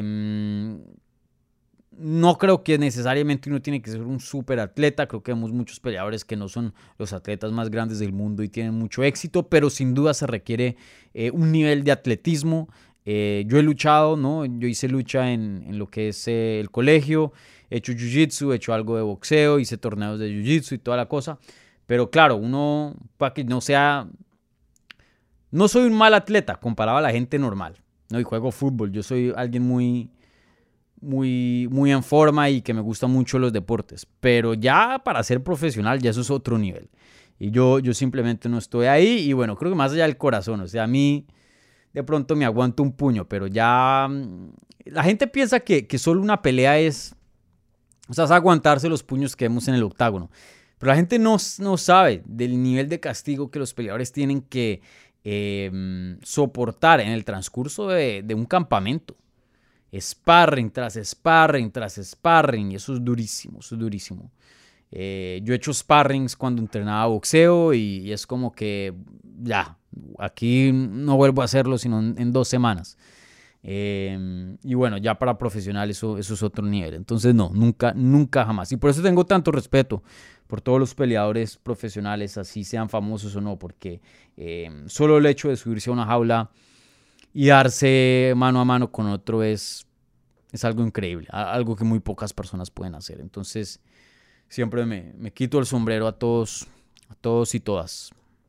no creo que necesariamente uno tiene que ser un súper atleta. Creo que vemos muchos peleadores que no son los atletas más grandes del mundo y tienen mucho éxito, pero sin duda se requiere eh, un nivel de atletismo. Eh, yo he luchado, ¿no? Yo hice lucha en, en lo que es eh, el colegio. He hecho jiu-jitsu, he hecho algo de boxeo, hice torneos de jiu-jitsu y toda la cosa. Pero claro, uno, para que no sea... No soy un mal atleta comparado a la gente normal. No, y juego fútbol. Yo soy alguien muy, muy, muy en forma y que me gustan mucho los deportes. Pero ya para ser profesional, ya eso es otro nivel. Y yo, yo simplemente no estoy ahí. Y bueno, creo que más allá del corazón. O sea, a mí de pronto me aguanto un puño, pero ya... La gente piensa que, que solo una pelea es... O sea, es aguantarse los puños que vemos en el octágono. Pero la gente no, no sabe del nivel de castigo que los peleadores tienen que eh, soportar en el transcurso de, de un campamento. Sparring tras sparring tras sparring. Y eso es durísimo, eso es durísimo. Eh, yo he hecho sparrings cuando entrenaba boxeo y, y es como que ya, aquí no vuelvo a hacerlo sino en, en dos semanas. Eh, y bueno, ya para profesional eso, eso es otro nivel. Entonces no, nunca, nunca jamás. Y por eso tengo tanto respeto por todos los peleadores profesionales, así sean famosos o no, porque eh, solo el hecho de subirse a una jaula y darse mano a mano con otro es, es algo increíble, algo que muy pocas personas pueden hacer. Entonces siempre me, me quito el sombrero a todos, a todos y todas.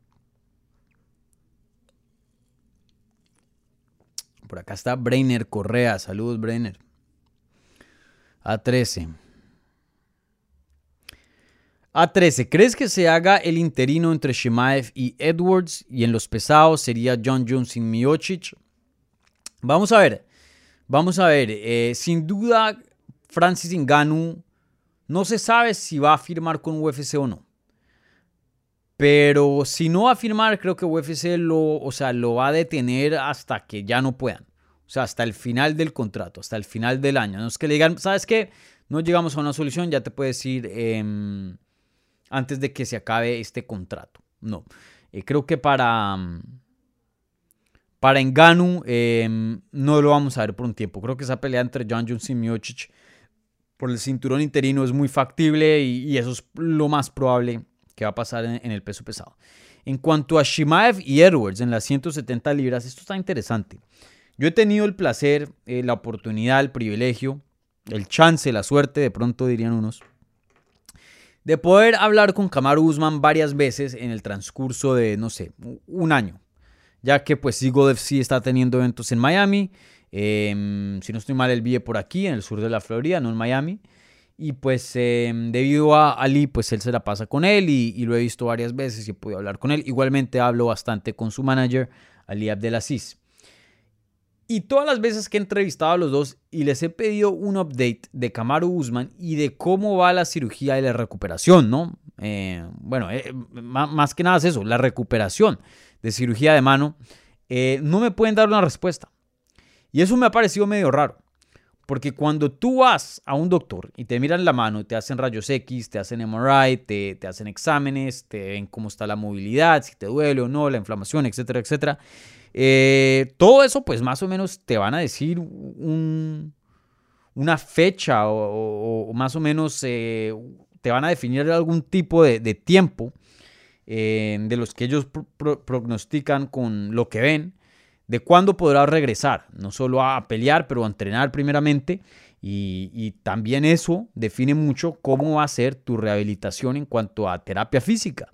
Por acá está Breiner Correa. Saludos, Breiner. A trece. A trece. ¿Crees que se haga el interino entre Chimaev y Edwards? Y en los pesados sería John Jones y Miocic. Vamos a ver. Vamos a ver. Eh, sin duda, Francis Ngannou no se sabe si va a firmar con U F C o no. Pero si no va a firmar, creo que U F C lo, o sea, lo va a detener hasta que ya no puedan. O sea, hasta el final del contrato, hasta el final del año. No es que le digan, ¿sabes qué? No llegamos a una solución, ya te puedes ir eh, antes de que se acabe este contrato. No. Eh, creo que para, para Ngannou eh, no lo vamos a ver por un tiempo. Creo que esa pelea entre John Jones y Miocic por el cinturón interino es muy factible y, y eso es lo más probable que va a pasar en, en el peso pesado. En cuanto a Chimaev y Edwards en las ciento setenta libras, esto está interesante. Yo he tenido el placer, eh, la oportunidad, el privilegio, el chance, la suerte, de pronto dirían unos, de poder hablar con Kamaru Usman varias veces en el transcurso de, no sé, un año. Ya que pues Eagle F C está teniendo eventos en Miami. Eh, si no estoy mal, él vive por aquí, en el sur de la Florida, no en Miami. Y pues eh, debido a Ali, pues él se la pasa con él y, y lo he visto varias veces y he podido hablar con él. Igualmente hablo bastante con su manager, Ali Abdelaziz. Y todas las veces que he entrevistado a los dos y les he pedido un update de Kamaru Usman y de cómo va la cirugía y la recuperación, ¿no? Eh, bueno, eh, más, más que nada es eso, la recuperación de cirugía de mano, eh, no me pueden dar una respuesta. Y eso me ha parecido medio raro. Porque cuando tú vas a un doctor y te miran la mano, te hacen rayos X, te hacen M R I, te, te hacen exámenes, te ven cómo está la movilidad, si te duele o no, la inflamación, etcétera, etcétera. Eh, todo eso, pues más o menos te van a decir un, una fecha o, o, o más o menos eh, te van a definir algún tipo de, de tiempo eh, de los que ellos pro, pro, prognostican con lo que ven, de cuándo podrás regresar, no solo a pelear, pero a entrenar primeramente. Y, y también eso define mucho cómo va a ser tu rehabilitación en cuanto a terapia física.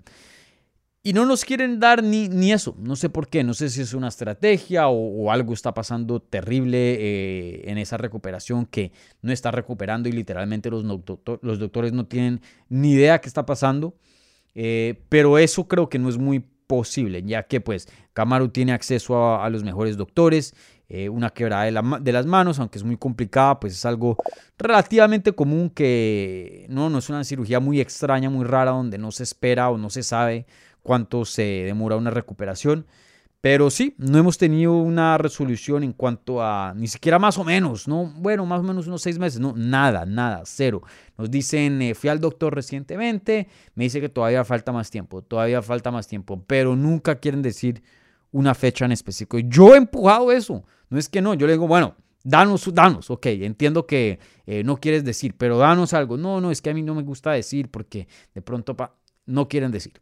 Y no nos quieren dar ni, ni eso, no sé por qué, no sé si es una estrategia o, o algo está pasando terrible eh, en esa recuperación que no está recuperando y literalmente los, doctor, los doctores no tienen ni idea qué está pasando. Eh, pero eso creo que no es muy posible, ya que pues Kamaru tiene acceso a, a los mejores doctores, eh, una quebrada de, la, de las manos, aunque es muy complicada, pues es algo relativamente común que no, no es una cirugía muy extraña, muy rara, donde no se espera o no se sabe cuánto se demora una recuperación. Pero sí, no hemos tenido una resolución en cuanto a, ni siquiera más o menos, ¿no? Bueno, más o menos unos seis meses, no, nada, nada, cero. Nos dicen, eh, fui al doctor recientemente, me dice que todavía falta más tiempo, todavía falta más tiempo, pero nunca quieren decir una fecha en específico. Yo he empujado eso, no es que no, yo le digo, bueno, danos, danos, ok, entiendo que eh, no quieres decir, pero danos algo. No, no, es que a mí no me gusta decir porque de pronto pa- no quieren decir.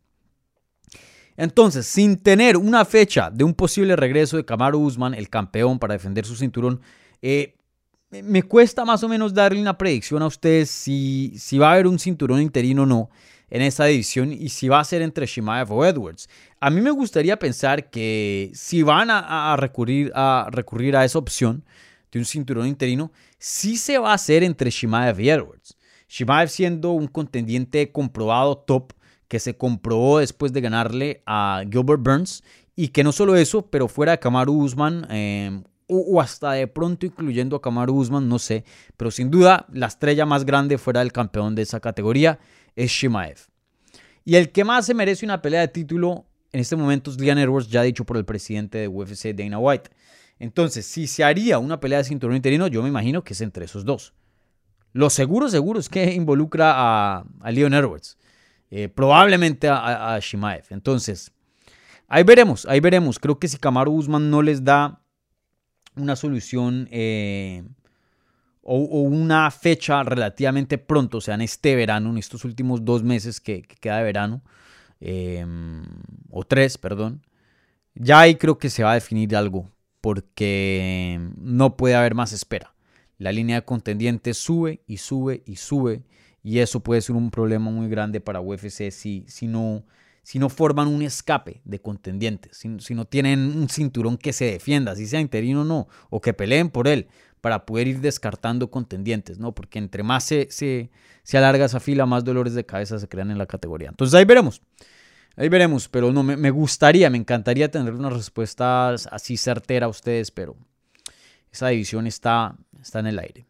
Entonces, sin tener una fecha de un posible regreso de Kamaru Usman, el campeón, para defender su cinturón, eh, me cuesta más o menos darle una predicción a ustedes si, si va a haber un cinturón interino o no. en esta división y si va a ser entre Chimaev o Edwards. A mí me gustaría pensar que si van a, a, recurrir, a recurrir a esa opción de un cinturón interino, sí se va a hacer entre Chimaev y Edwards. Chimaev siendo un contendiente comprobado top, que se comprobó después de ganarle a Gilbert Burns, y que no solo eso, pero fuera de Kamaru Usman, eh, o, o hasta de pronto incluyendo a Kamaru Usman, no sé, pero sin duda la estrella más grande fuera del campeón de esa categoría es Chimaev. Y el que más se merece una pelea de título en este momento es Leon Edwards, ya dicho por el presidente de U F C, Dana White. Entonces, si se haría una pelea de cinturón interino, yo me imagino que es entre esos dos. Lo seguro, seguro es que involucra a, a Leon Edwards. Eh, probablemente a, a, a Chimaev. Entonces, ahí veremos, ahí veremos. Creo que si Kamaru Usman no les da una solución eh, o, o una fecha relativamente pronto, o sea, en este verano, en estos últimos dos meses que, que queda de verano, eh, o tres, perdón, ya ahí creo que se va a definir algo, porque no puede haber más espera. La línea de contendientes sube y sube y sube. Y eso puede ser un problema muy grande para U F C si, si, no, si no forman un escape de contendientes, si, si no tienen un cinturón que se defienda, si sea interino o no, o que peleen por él, para poder ir descartando contendientes, ¿no? Porque entre más se, se, se alarga esa fila, más dolores de cabeza se crean en la categoría. Entonces ahí veremos, ahí veremos, pero no, me, me gustaría, me encantaría tener una respuesta así certera a ustedes, pero esa división está, está en el aire.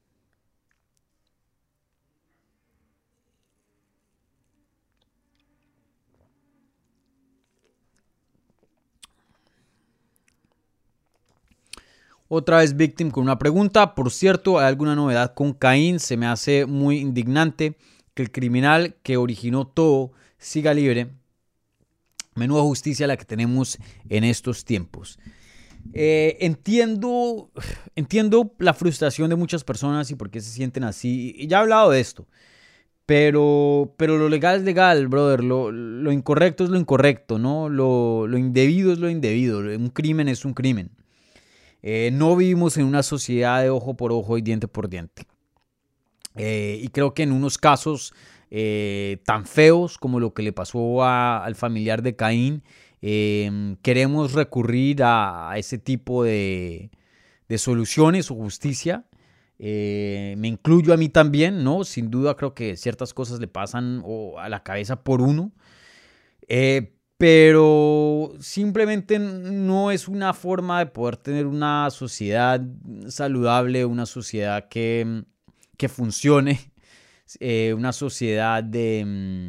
Otra vez Victim con una pregunta. Por cierto, ¿hay alguna novedad con Caín? Se me hace muy indignante que el criminal que originó todo siga libre. Menuda justicia la que tenemos en estos tiempos. Eh, entiendo, entiendo la frustración de muchas personas y por qué se sienten así. Y ya he hablado de esto. Pero, pero lo legal es legal, brother. Lo, lo incorrecto es lo incorrecto, ¿no? Lo, lo indebido es lo indebido. Un crimen es un crimen. Eh, no vivimos en una sociedad de ojo por ojo y diente por diente. Eh, y creo que en unos casos eh, tan feos como lo que le pasó a, al familiar de Caín, eh, queremos recurrir a, a ese tipo de, de soluciones o justicia. Eh, me incluyo a mí también, ¿no? Sin duda creo que ciertas cosas le pasan o a la cabeza por uno. Eh, Pero simplemente no es una forma de poder tener una sociedad saludable, una sociedad que, que funcione, eh, una sociedad de...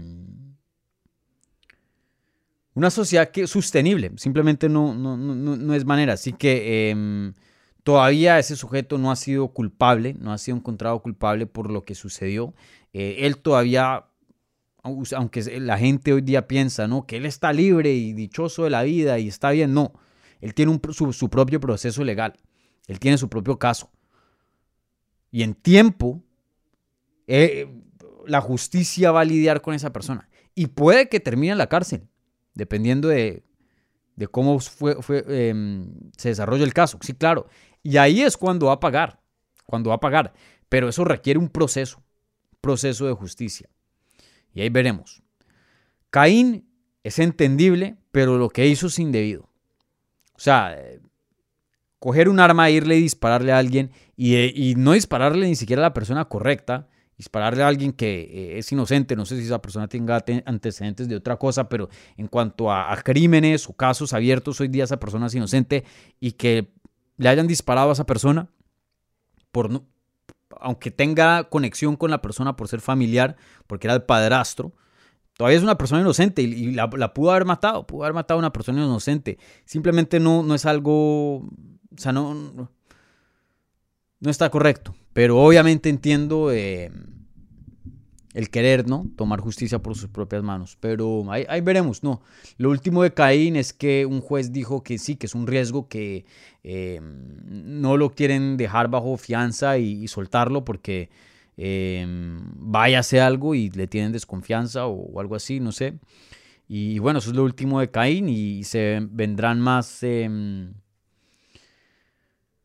Una sociedad que, sostenible, simplemente no, no, no, no es manera. Así que eh, todavía ese sujeto no ha sido culpable, no ha sido encontrado culpable por lo que sucedió. Eh, él todavía... Aunque la gente hoy día piensa, ¿no?, que él está libre y dichoso de la vida y está bien, no. Él tiene un, su, su propio proceso legal. Él tiene su propio caso. Y en tiempo, eh, la justicia va a lidiar con esa persona. Y puede que termine en la cárcel, dependiendo de, de cómo fue, fue, eh, se desarrolla el caso. Sí, claro. Y ahí es cuando va a pagar. Cuando va a pagar. Pero eso requiere un proceso. Un proceso de justicia. Y ahí veremos. Caín es entendible, pero lo que hizo es indebido. O sea, coger un arma e irle y dispararle a alguien y, y no dispararle ni siquiera a la persona correcta, dispararle a alguien que es inocente, no sé si esa persona tenga antecedentes de otra cosa, pero en cuanto a, a crímenes o casos abiertos, hoy día esa persona es inocente y que le hayan disparado a esa persona por no... aunque tenga conexión con la persona por ser familiar, porque era el padrastro, todavía es una persona inocente y, y la, la pudo haber matado, pudo haber matado a una persona inocente. Simplemente no, no es algo, o sea, no, no, no está correcto. Pero obviamente entiendo eh, el querer, ¿no?, tomar justicia por sus propias manos. Pero ahí, ahí veremos, ¿no? Lo último de Caín es que un juez dijo que sí, que es un riesgo, que eh, no lo quieren dejar bajo fianza y, y soltarlo porque eh, vaya a hacer algo y le tienen desconfianza o, o algo así, no sé. Y bueno, eso es lo último de Caín y se vendrán más... Eh,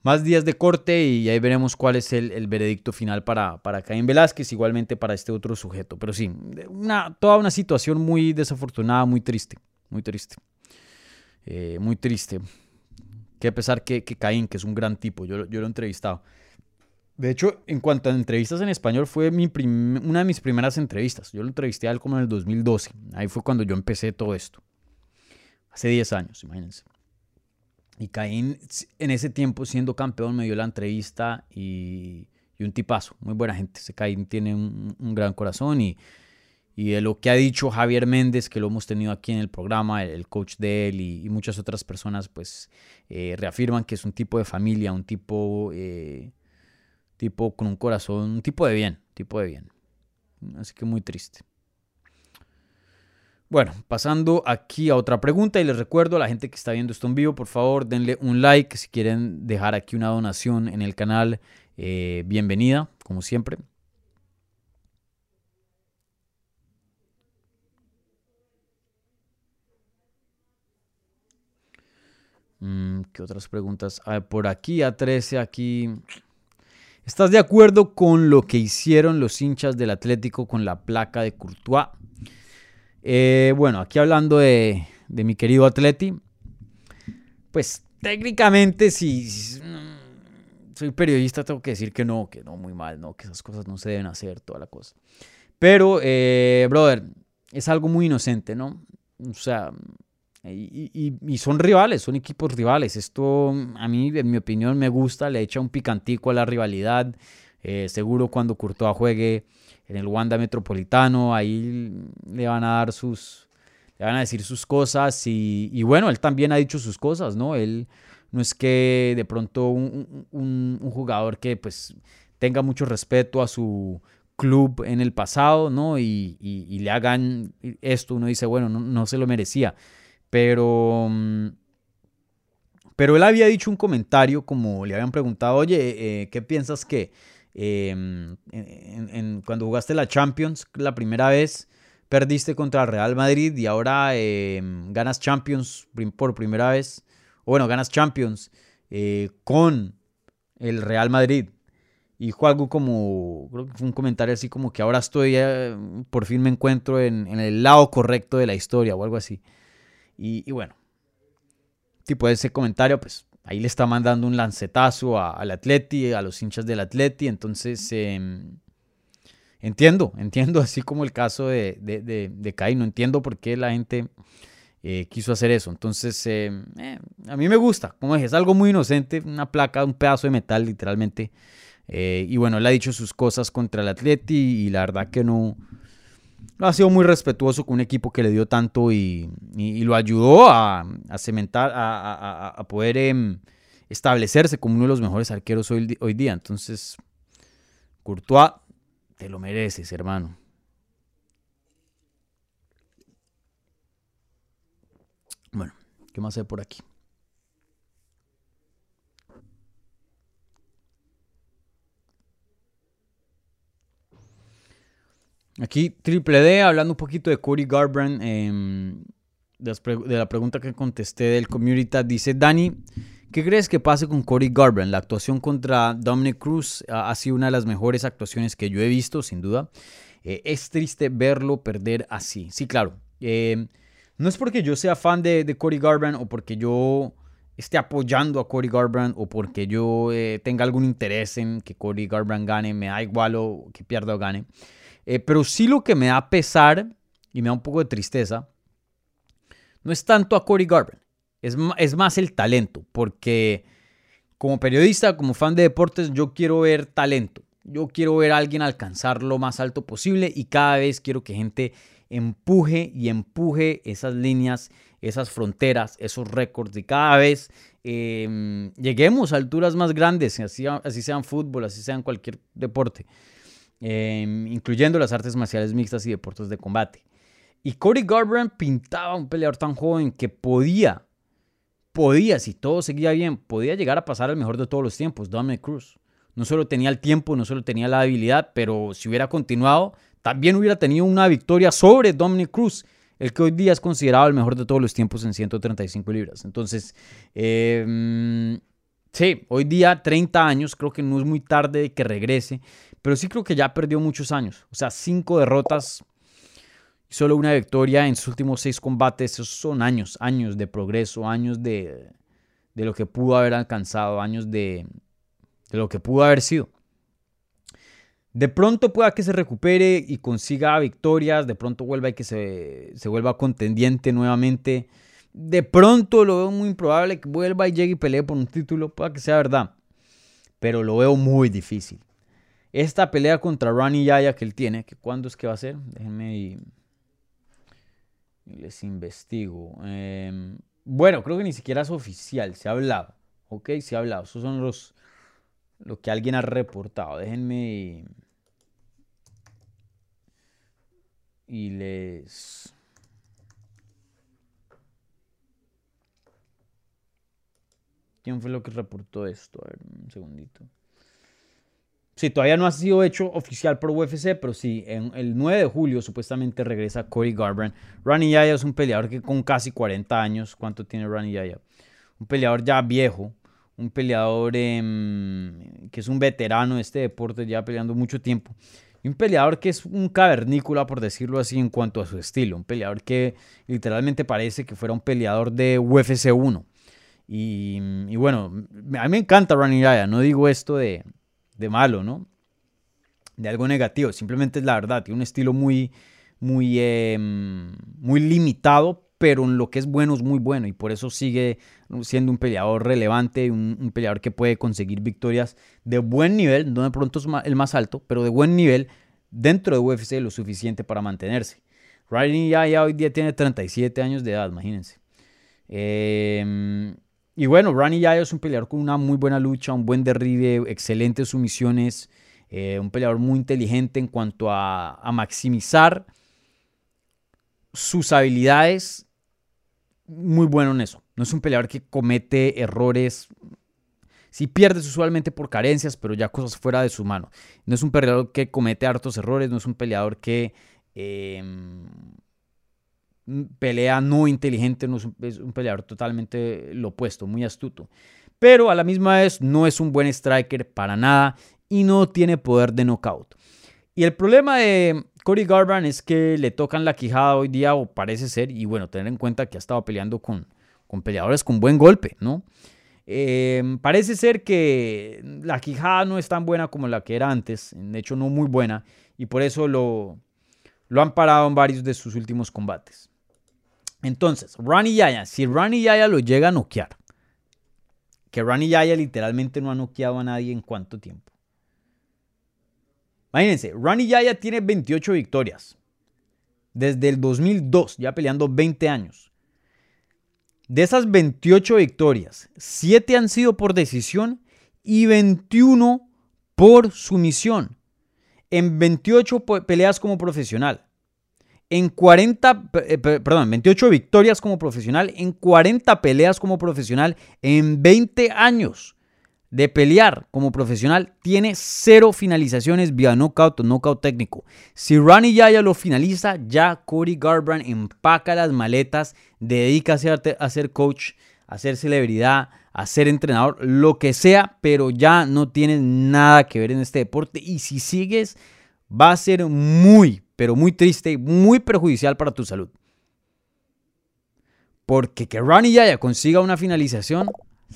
más días de corte y ahí veremos cuál es el, el veredicto final para, para Caín Velázquez, igualmente para este otro sujeto. Pero sí, una, toda una situación muy desafortunada, muy triste, muy triste, eh, muy triste. Qué pesar que, que Caín, que es un gran tipo, yo, yo lo he entrevistado. De hecho, en cuanto a entrevistas en español, fue mi prim- una de mis primeras entrevistas. Yo lo entrevisté a él como en el dos mil doce. Ahí fue cuando yo empecé todo esto. Hace diez años, imagínense. Y Caín, en ese tiempo, siendo campeón, me dio la entrevista y, y un tipazo, muy buena gente. Ese Caín tiene un, un gran corazón y, y de lo que ha dicho Javier Méndez, que lo hemos tenido aquí en el programa, el, el coach de él y, y muchas otras personas, pues eh, reafirman que es un tipo de familia, un tipo, eh, tipo con un corazón, un tipo de bien, tipo de bien. Así que muy triste. Bueno, pasando aquí a otra pregunta y les recuerdo a la gente que está viendo esto en vivo, por favor denle un like, si quieren dejar aquí una donación en el canal, eh, bienvenida, como siempre. Mm, ¿Qué otras preguntas? A ver, por aquí, A trece, aquí. ¿Estás de acuerdo con lo que hicieron los hinchas del Atlético con la placa de Courtois? Eh, bueno, aquí hablando de, de mi querido Atleti, pues técnicamente si, si soy periodista tengo que decir que no, que no, muy mal, no, que esas cosas no se deben hacer, toda la cosa. Pero, eh, brother, es algo muy inocente, ¿no? O sea, y, y, y son rivales, son equipos rivales. Esto a mí, en mi opinión, me gusta, le echa un picantico a la rivalidad. Eh, seguro cuando Courtois juegue en el Wanda Metropolitano, ahí le van a dar sus, le van a decir sus cosas y, y bueno, él también ha dicho sus cosas, ¿no? Él no es que de pronto un, un, un jugador que pues tenga mucho respeto a su club en el pasado, ¿no? Y, y, y le hagan esto, uno dice, bueno, no, no se lo merecía, pero... Pero él había dicho un comentario como le habían preguntado, oye, eh, ¿qué piensas que eh, en, en, cuando jugaste la Champions la primera vez perdiste contra el Real Madrid y ahora eh, ganas Champions por primera vez? O bueno, ganas Champions eh, con el Real Madrid. Y dijo algo como, creo que fue un comentario así como que ahora estoy, eh, por fin me encuentro en, en el lado correcto de la historia o algo así. Y, y bueno. Tipo de ese comentario, pues ahí le está mandando un lancetazo a, al Atleti, a los hinchas del Atleti. Entonces, eh, entiendo, entiendo, así como el caso de, de, de, de Caín, no entiendo por qué la gente eh, quiso hacer eso. Entonces, eh, eh, a mí me gusta, como dije, es algo muy inocente, una placa, un pedazo de metal, literalmente. Eh, y bueno, él ha dicho sus cosas contra el Atleti y la verdad que no... Ha sido muy respetuoso con un equipo que le dio tanto y, y, y lo ayudó a, a cementar, a, a, a poder eh, establecerse como uno de los mejores arqueros hoy, hoy día. Entonces, Courtois, te lo mereces, hermano. Bueno, ¿qué más hay por aquí? Aquí Triple D hablando un poquito de Cody Garbrandt, eh, de, de la pregunta que contesté del Community, dice Dani, ¿qué crees que pase con Cody Garbrandt? La actuación contra Dominic Cruz ha, ha sido una de las mejores actuaciones que yo he visto, sin duda. Eh, es triste verlo perder así. Sí, claro. Eh, no es porque yo sea fan de, de Cody Garbrandt o porque yo esté apoyando a Cody Garbrandt o porque yo eh, tenga algún interés en que Cody Garbrandt gane. Me da igual o que pierda o gane. Eh, pero sí lo que me da pesar y me da un poco de tristeza no es tanto a Cody Garbrandt, es, es más el talento, porque como periodista, como fan de deportes, yo quiero ver talento, yo quiero ver a alguien alcanzar lo más alto posible y cada vez quiero que gente empuje y empuje esas líneas, esas fronteras, esos récords y cada vez eh, lleguemos a alturas más grandes, así, así sean fútbol, así sean cualquier deporte. Eh, incluyendo las artes marciales mixtas y deportes de combate. Y Cody Garbrandt pintaba un peleador tan joven que podía, podía, si todo seguía bien, podía llegar a pasar al mejor de todos los tiempos, Dominic Cruz. No solo tenía el tiempo, no solo tenía la habilidad, pero si hubiera continuado, también hubiera tenido una victoria sobre Dominic Cruz, el que hoy día es considerado el mejor de todos los tiempos en ciento treinta y cinco libras. Entonces, eh, Sí, hoy día treinta años, creo que no es muy tarde de que regrese, pero sí creo que ya perdió muchos años. O sea, cinco derrotas y solo una victoria en sus últimos seis combates. Esos son años, años de progreso, años de, de lo que pudo haber alcanzado, años de, de lo que pudo haber sido. De pronto pueda que se recupere y consiga victorias, de pronto vuelva y que se, se vuelva contendiente nuevamente. De pronto lo veo muy improbable que vuelva y llegue y pelee por un título, pueda que sea verdad, pero lo veo muy difícil. Esta pelea contra Rani Yahya que él tiene, que ¿cuándo es que va a ser? Déjenme y, y les investigo. Eh, bueno, creo que ni siquiera es oficial, se ha hablado, ¿ok? Se ha hablado, esos son los, lo que alguien ha reportado. Déjenme y... Y les... ¿Quién fue lo que reportó esto? A ver, un segundito. Sí, todavía no ha sido hecho oficial por U F C, pero sí, en el nueve de julio supuestamente regresa Cody Garbrandt. Rani Yahya es un peleador que con casi cuarenta años, ¿cuánto tiene Rani Yahya? Un peleador ya viejo, un peleador eh, que es un veterano de este deporte, ya peleando mucho tiempo. Y un peleador que es un cavernícola, por decirlo así, en cuanto a su estilo. Un peleador que literalmente parece que fuera un peleador de U F C uno. Y, y bueno, a mí me encanta Rani Yahya, no digo esto de, de malo, ¿no? De algo negativo, simplemente es la verdad, tiene un estilo muy, muy, eh, muy limitado, pero en lo que es bueno es muy bueno y por eso sigue siendo un peleador relevante, un, un peleador que puede conseguir victorias de buen nivel, no de pronto es el más alto, pero de buen nivel dentro de U F C lo suficiente para mantenerse. Rani Yahya hoy día tiene treinta y siete años de edad, imagínense. Eh, y bueno, Rani Yahya es un peleador con una muy buena lucha, un buen derribe, excelentes sumisiones, eh, un peleador muy inteligente en cuanto a, a maximizar sus habilidades, muy bueno en eso. No es un peleador que comete errores, sí pierdes usualmente por carencias, pero ya cosas fuera de su mano. No es un peleador que comete hartos errores, no es un peleador que eh, pelea no inteligente, no es un, es un peleador totalmente lo opuesto, muy astuto. Pero a la misma vez no es un buen striker para nada y no tiene poder de knockout. Y el problema de Cody Garbrandt es que le tocan la quijada hoy día, o parece ser, y bueno, tener en cuenta que ha estado peleando con, con peleadores con buen golpe, ¿no? Eh, parece ser que la quijada no es tan buena como la que era antes, de hecho no muy buena, y por eso lo, lo han parado en varios de sus últimos combates. Entonces, Rani Yahya, si Rani Yahya lo llega a noquear, que Rani Yahya literalmente no ha noqueado a nadie en cuánto tiempo. Imagínense, Rani Yahya tiene veintiocho victorias. Desde el dos mil dos, ya peleando veinte años. De esas veintiocho victorias, siete han sido por decisión y veintiuno por sumisión. En veintiocho peleas como profesional. En cuarenta, eh, perdón, veintiocho victorias como profesional, en cuarenta peleas como profesional, en veinte años de pelear como profesional, tiene cero finalizaciones vía knockout o knockout técnico. Si Rani Yahya lo finaliza, ya Cody Garbrandt empaca las maletas, dedícase a ser coach, a ser celebridad, a ser entrenador, lo que sea, pero ya no tienes nada que ver en este deporte. Y si sigues, va a ser muy, pero muy triste y muy perjudicial para tu salud. Porque que Rani Yahya consiga una finalización,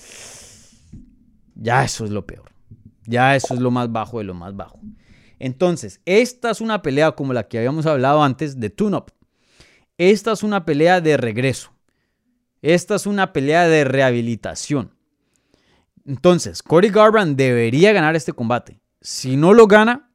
ya eso es lo peor. Ya eso es lo más bajo de lo más bajo. Entonces, esta es una pelea como la que habíamos hablado antes de tune-up. Esta es una pelea de regreso. Esta es una pelea de rehabilitación. Entonces, Cody Garbrandt debería ganar este combate. Si no lo gana,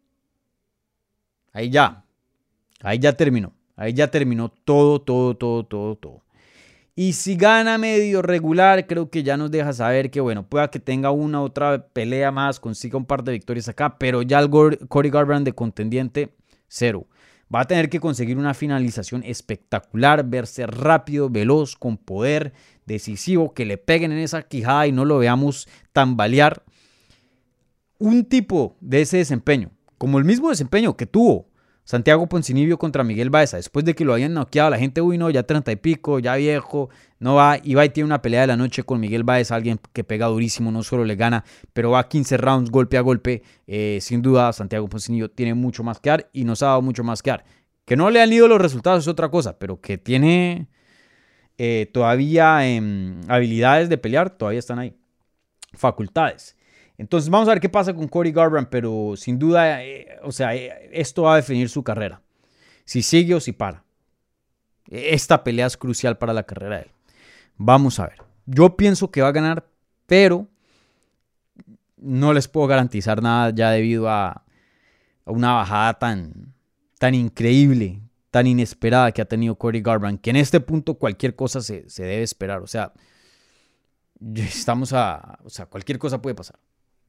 ahí ya. Ahí ya terminó. Ahí ya terminó todo, todo, todo, todo, todo. Y si gana medio regular, creo que ya nos deja saber que, bueno, pueda que tenga una otra pelea más, consiga un par de victorias acá, pero ya el Cody Garbrandt de contendiente, cero. Va a tener que conseguir una finalización espectacular, verse rápido, veloz, con poder, decisivo, que le peguen en esa quijada y no lo veamos tambalear. Un tipo de ese desempeño, como el mismo desempeño que tuvo Santiago Ponzinibbio contra Miguel Baeza, después de que lo habían noqueado, la gente, uy no, ya treinta y pico, ya viejo, no va, y va y tiene una pelea de la noche con Miguel Baeza, alguien que pega durísimo, no solo le gana, pero va quince rounds, golpe a golpe, eh, sin duda Santiago Ponzinibbio tiene mucho más que dar y nos ha dado mucho más que dar. Que no le han ido los resultados es otra cosa, pero que tiene eh, todavía eh, habilidades de pelear, todavía están ahí, facultades. Entonces vamos a ver qué pasa con Cody Garbrandt, pero sin duda, eh, o sea, eh, esto va a definir su carrera. Si sigue o si para. Esta pelea es crucial para la carrera de él. Vamos a ver. Yo pienso que va a ganar, pero no les puedo garantizar nada ya debido a, a una bajada tan, tan increíble, tan inesperada que ha tenido Cody Garbrandt, que en este punto cualquier cosa se, se debe esperar. O sea, estamos a... O sea, cualquier cosa puede pasar.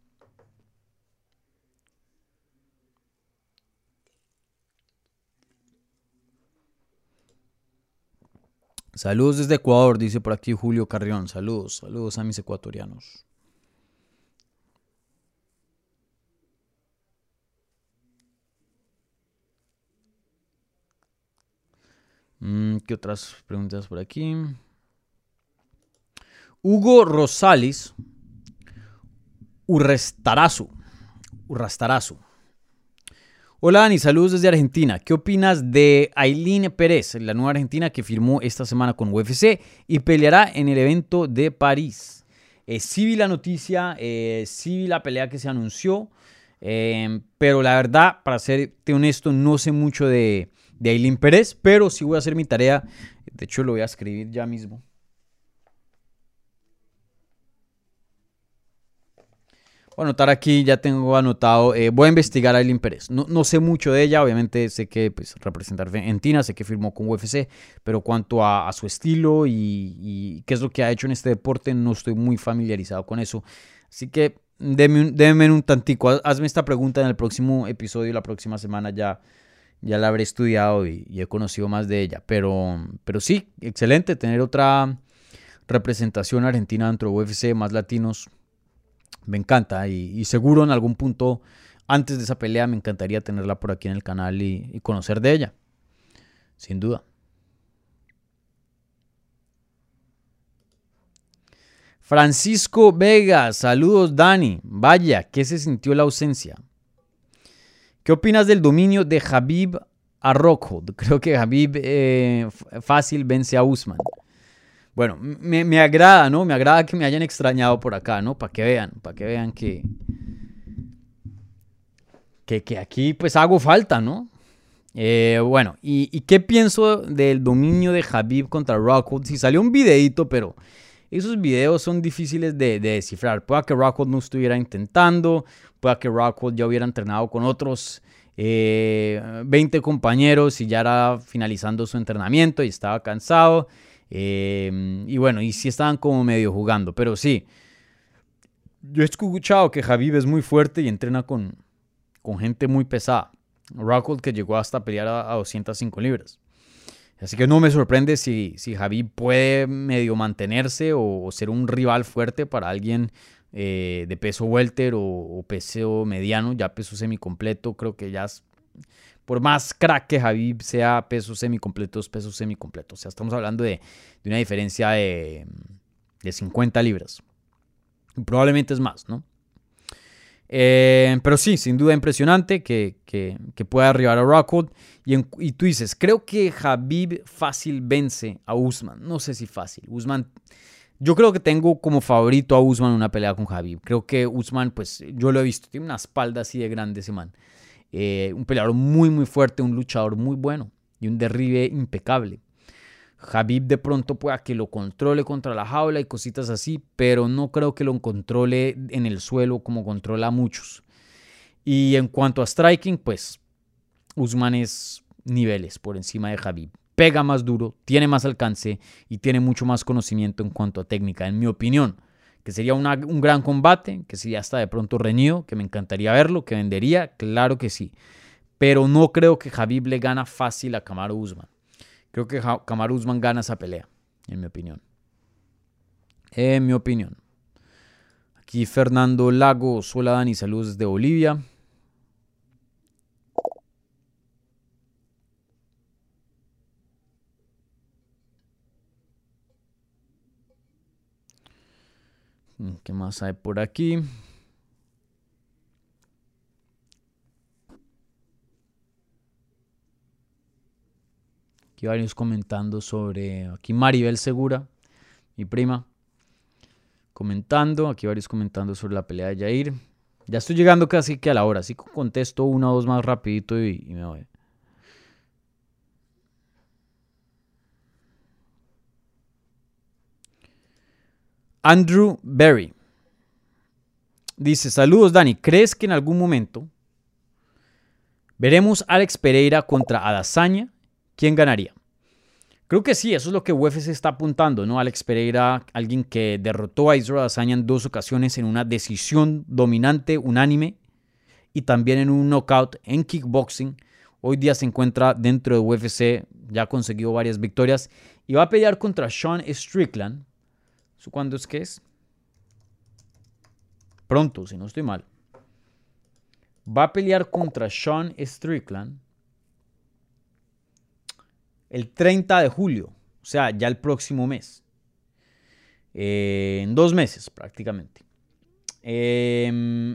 Saludos desde Ecuador, dice por aquí Julio Carrión. Saludos, saludos a mis ecuatorianos. Mm, ¿Qué otras preguntas por aquí? Hugo Rosales Urrestarazu. Urrastarazu. Hola Dani, saludos desde Argentina. ¿Qué opinas de Ailín Pérez, la nueva argentina que firmó esta semana con U F C y peleará en el evento de París? Eh, sí vi la noticia, eh, sí vi la pelea que se anunció, eh, pero la verdad, para serte honesto, no sé mucho de, de Ailín Pérez, pero sí voy a hacer mi tarea. De hecho, lo voy a escribir ya mismo. Voy a anotar aquí, ya tengo anotado, eh, voy a investigar a Ailín Pérez. No, no sé mucho de ella, obviamente sé que pues, representa a Argentina, sé que firmó con U F C, pero cuanto a, a su estilo y, y qué es lo que ha hecho en este deporte, no estoy muy familiarizado con eso. Así que déme, déme un tantico, hazme esta pregunta en el próximo episodio, la próxima semana ya, ya la habré estudiado y, y he conocido más de ella. Pero, pero sí, excelente tener otra representación argentina dentro de U F C, más latinos. Me encanta y, y seguro en algún punto antes de esa pelea me encantaría tenerla por aquí en el canal y, y conocer de ella, sin duda. Francisco Vega, saludos Dani. Vaya, ¿qué se sintió la ausencia? ¿Qué opinas del dominio de Khabib a Rockhold? Creo que Khabib eh, fácil vence a Usman. Bueno, me, me agrada, ¿no? Me agrada que me hayan extrañado por acá, ¿no? Para que vean, para que vean que, que, que aquí pues hago falta, ¿no? Eh, bueno, ¿y, ¿y qué pienso del dominio de Khabib contra Rockhold? Sí, salió un videito, pero esos videos son difíciles de, de descifrar. Pueda que Rockhold no estuviera intentando, pueda que Rockhold ya hubiera entrenado con otros eh, veinte compañeros y ya era finalizando su entrenamiento y estaba cansado. Eh, y bueno, y sí estaban como medio jugando, pero sí, yo he escuchado que Khabib es muy fuerte y entrena con, con gente muy pesada. Rockhold que llegó hasta pelear a, a doscientas cinco libras. Así que no me sorprende si, si Khabib puede medio mantenerse o, o ser un rival fuerte para alguien eh, de peso welter o, o peso mediano, ya peso semicompleto. Creo que ya es, por más crack que Khabib sea, pesos semicompletos, pesos semicompletos. O sea, estamos hablando de, de una diferencia de, de cincuenta libras. Probablemente es más, ¿no? Eh, pero sí, sin duda impresionante que, que, que pueda arribar a Rockhold. Y, en, y tú dices, creo que Khabib fácil vence a Usman. No sé si fácil. Usman, yo creo que tengo como favorito a Usman en una pelea con Khabib. Creo que Usman, pues yo lo he visto, tiene una espalda así de grande ese man. Eh, un peleador muy muy fuerte, un luchador muy bueno y un derribe impecable. Khabib de pronto pueda que lo controle contra la jaula y cositas así, pero no creo que lo controle en el suelo como controla a muchos. Y en cuanto a striking, pues Usman es niveles por encima de Khabib. Pega más duro, tiene más alcance y tiene mucho más conocimiento en cuanto a técnica, en mi opinión. Que sería una, un gran combate, que sería hasta de pronto reñido, que me encantaría verlo, que vendería, claro que sí. Pero no creo que Khabib le gana fácil a Kamaru Usman. Creo que Kamaru Usman gana esa pelea, en mi opinión. En mi opinión. Aquí Fernando Lagos, hola Dani, saludos desde Bolivia. ¿Qué más hay por aquí? Aquí varios comentando sobre... Aquí Maribel Segura, mi prima, comentando. Aquí varios comentando sobre la pelea de Yair. Ya estoy llegando casi que a la hora. Así que contesto una o dos más rapidito y, y me voy. Andrew Berry dice, saludos Dani, ¿crees que en algún momento veremos a Alex Pereira contra Adesanya? ¿Quién ganaría? Creo que sí, eso es lo que U F C está apuntando, ¿no? Alex Pereira, alguien que derrotó a Israel Adesanya en dos ocasiones en una decisión dominante, unánime, y también en un knockout en kickboxing. Hoy día se encuentra dentro de U F C, ya ha conseguido varias victorias, y va a pelear contra Sean Strickland. ¿Cuándo es que es? Pronto, si no estoy mal. Va a pelear contra Sean Strickland el treinta de julio, o sea, ya el próximo mes. Eh, en dos meses prácticamente. Eh,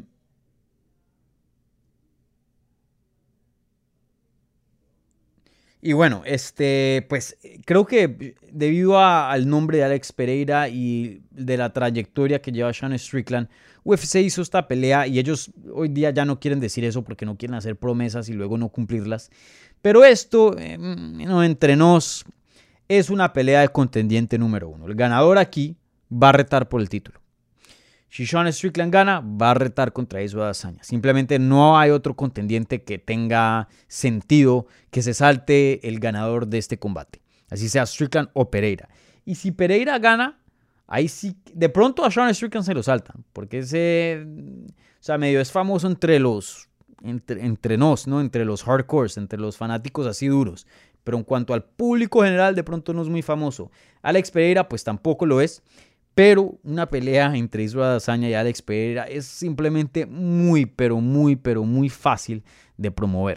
y bueno, este, pues creo que debido a, al nombre de Alex Pereira y de la trayectoria que lleva Sean Strickland, U F C hizo esta pelea y ellos hoy día ya no quieren decir eso porque no quieren hacer promesas y luego no cumplirlas. Pero esto, eh, no, entre nos, es una pelea de contendiente número uno. El ganador aquí va a retar por el título. Si Sean Strickland gana, va a retar contra Israel Adesanya. Simplemente no hay otro contendiente que tenga sentido que se salte el ganador de este combate. Así sea Strickland o Pereira. Y si Pereira gana, ahí sí, de pronto a Sean Strickland se lo saltan. Porque ese, o sea, medio es famoso entre los, entre, entre nos, ¿no? Entre los hardcores, entre los fanáticos así duros. Pero en cuanto al público general, de pronto no es muy famoso. Alex Pereira, pues tampoco lo es. Pero una pelea entre Israel Adesanya y Alex Pereira es simplemente muy, pero muy, pero muy fácil de promover.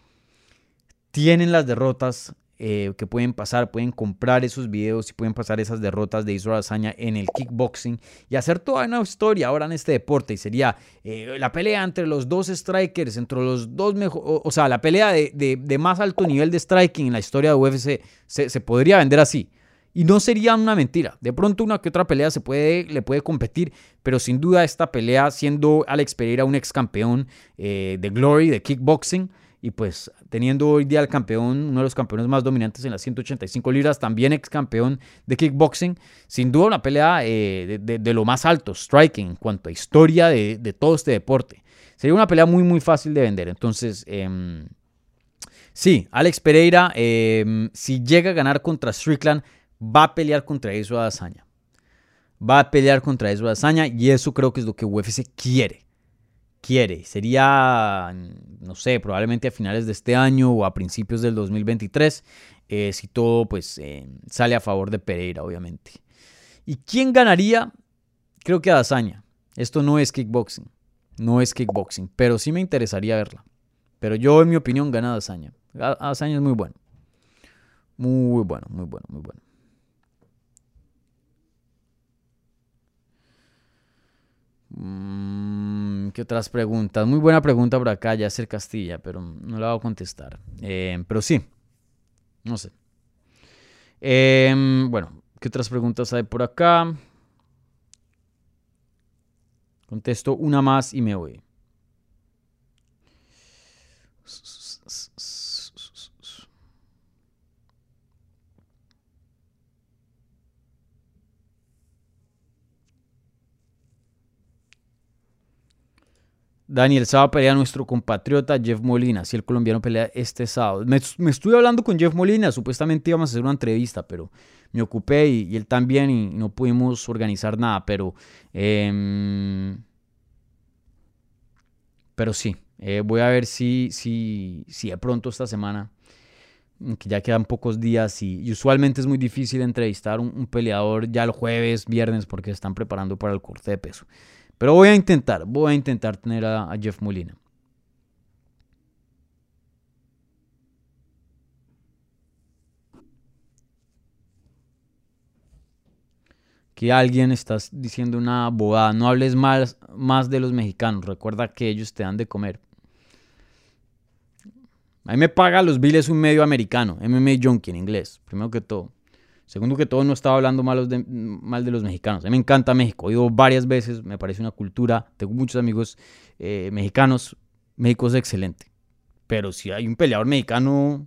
Tienen las derrotas eh, que pueden pasar, pueden comprar esos videos y pueden pasar esas derrotas de Israel Adesanya en el kickboxing y hacer toda una historia ahora en este deporte. Y sería eh, la pelea entre los dos strikers, entre los dos mejores, o, o sea, la pelea de, de, de más alto nivel de striking en la historia de U F C. Se, se podría vender así. Y no sería una mentira. De pronto una que otra pelea se puede, le puede competir, pero sin duda esta pelea, siendo Alex Pereira un ex campeón eh, de Glory, de kickboxing, y pues teniendo hoy día el campeón, uno de los campeones más dominantes en las ciento ochenta y cinco libras, también ex campeón de kickboxing, sin duda una pelea eh, de, de, de lo más alto, striking, en cuanto a historia de, de todo este deporte. Sería una pelea muy, muy fácil de vender. Entonces, eh, sí, Alex Pereira, eh, si llega a ganar contra Strickland, va a pelear contra Israel Adesanya. Va a pelear contra Israel Adesanya y eso creo que es lo que U F C quiere. Quiere. Sería, no sé, probablemente a finales de este año o a principios del dos mil veintitrés, eh, si todo pues eh, sale a favor de Pereira, obviamente. ¿Y quién ganaría? Creo que Adesanya. Esto no es kickboxing. No es kickboxing, pero sí me interesaría verla. Pero yo, en mi opinión, gana Adesanya. Adesanya es muy bueno. Muy bueno, muy bueno, muy bueno. ¿Qué otras preguntas? Muy buena pregunta por acá, Yasser Castilla, pero no la voy a contestar. Eh, pero sí, no sé. Eh, bueno, ¿qué otras preguntas hay por acá? Contesto una más y me voy. Daniel, sábado pelea nuestro compatriota Jeff Molina. Si el colombiano pelea este sábado. Me, me estuve hablando con Jeff Molina. Supuestamente íbamos a hacer una entrevista, pero me ocupé y, y él también y no pudimos organizar nada. Pero, eh, pero sí, eh, voy a ver si, si, si de pronto esta semana, que ya quedan pocos días y, y usualmente es muy difícil entrevistar un, un peleador ya el jueves, viernes, porque se están preparando para el corte de peso. Pero voy a intentar, voy a intentar tener a, a Jeff Molina. que alguien está diciendo una bobada. No hables más, más de los mexicanos. Recuerda que ellos te dan de comer. A mí me paga los biles un medio americano, M M A Junkie en inglés, primero que todo. Segundo que todo, no estaba hablando mal de, mal de los mexicanos. A mí me encanta México, he ido varias veces, me parece una cultura. Tengo muchos amigos eh, mexicanos. México es excelente. Pero si hay un peleador mexicano,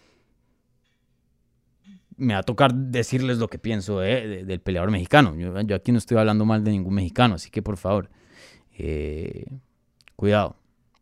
me va a tocar decirles lo que pienso eh, de, del peleador mexicano. Yo, yo aquí no estoy hablando mal de ningún mexicano, así que por favor, eh, cuidado.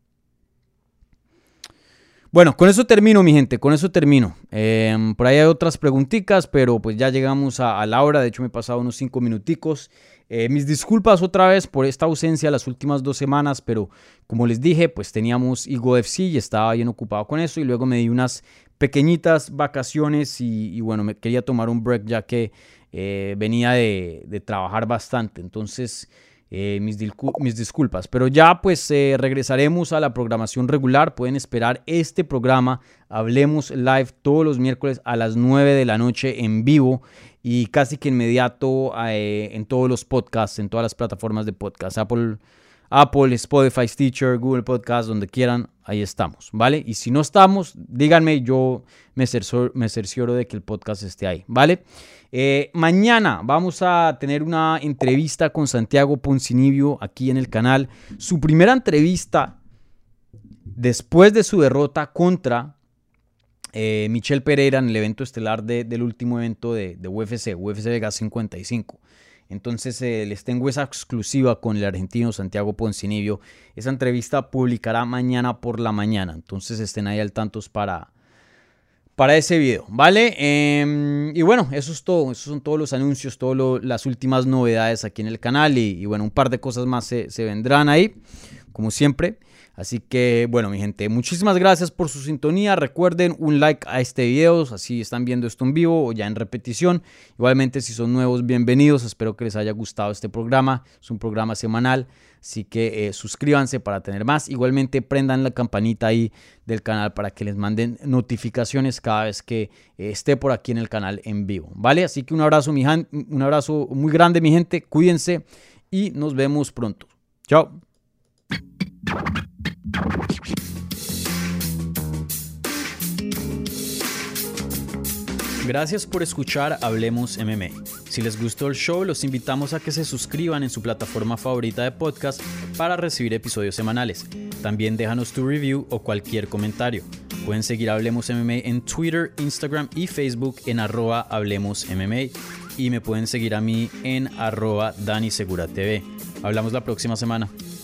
Bueno, con eso termino, mi gente, con eso termino. Eh, por ahí hay otras preguntitas, pero pues ya llegamos a, a la hora. De hecho, me he pasado unos cinco minuticos. Eh, mis disculpas otra vez por esta ausencia las últimas dos semanas, pero como les dije, pues teníamos Ego F C y estaba bien ocupado con eso. Y luego me di unas pequeñitas vacaciones y, y bueno, me quería tomar un break ya que eh, venía de, de trabajar bastante. Entonces... Eh, mis, mis disculpas, pero ya pues eh, regresaremos a la programación regular. Pueden esperar este programa Hablemos Live todos los miércoles a las nueve de la noche en vivo y casi que inmediato eh, en todos los podcasts, en todas las plataformas de podcast, Apple, Apple, Spotify, Stitcher, Google Podcast, donde quieran, ahí estamos, ¿vale? Y si no estamos, díganme, yo me cercioro, me cercioro de que el podcast esté ahí, ¿vale? Eh, mañana vamos a tener una entrevista con Santiago Ponzinibbio aquí en el canal. Su primera entrevista después de su derrota contra eh, Michel Pereira en el evento estelar de, del último evento de, de U F C, U F C Vegas cincuenta y cinco. Entonces eh, les tengo esa exclusiva con el argentino Santiago Ponzinibbio. Esa entrevista publicará mañana por la mañana. Entonces estén ahí al tanto para... para ese video, ¿vale? Eh, y bueno, eso es todo. Esos son todos los anuncios, todas las últimas novedades aquí en el canal. Y, y bueno, un par de cosas más se, se vendrán ahí, como siempre. Así que, bueno, mi gente, muchísimas gracias por su sintonía. Recuerden un like a este video, así están viendo esto en vivo o ya en repetición. Igualmente, si son nuevos, bienvenidos. Espero que les haya gustado este programa. Es un programa semanal, así que eh, suscríbanse para tener más. Igualmente, prendan la campanita ahí del canal para que les manden notificaciones cada vez que eh, esté por aquí en el canal en vivo, ¿vale? Así que un abrazo, mi han- un abrazo muy grande, mi gente. Cuídense y nos vemos pronto. Chao. Gracias por escuchar Hablemos M M A. Si les gustó el show, los invitamos a que se suscriban en su plataforma favorita de podcast para recibir episodios semanales. También déjanos tu review o cualquier comentario. Pueden seguir Hablemos M M A en Twitter, Instagram y Facebook en arroba Hablemos M M A. Y me pueden seguir a mí en arroba Dani Segura T V. Hablamos la próxima semana.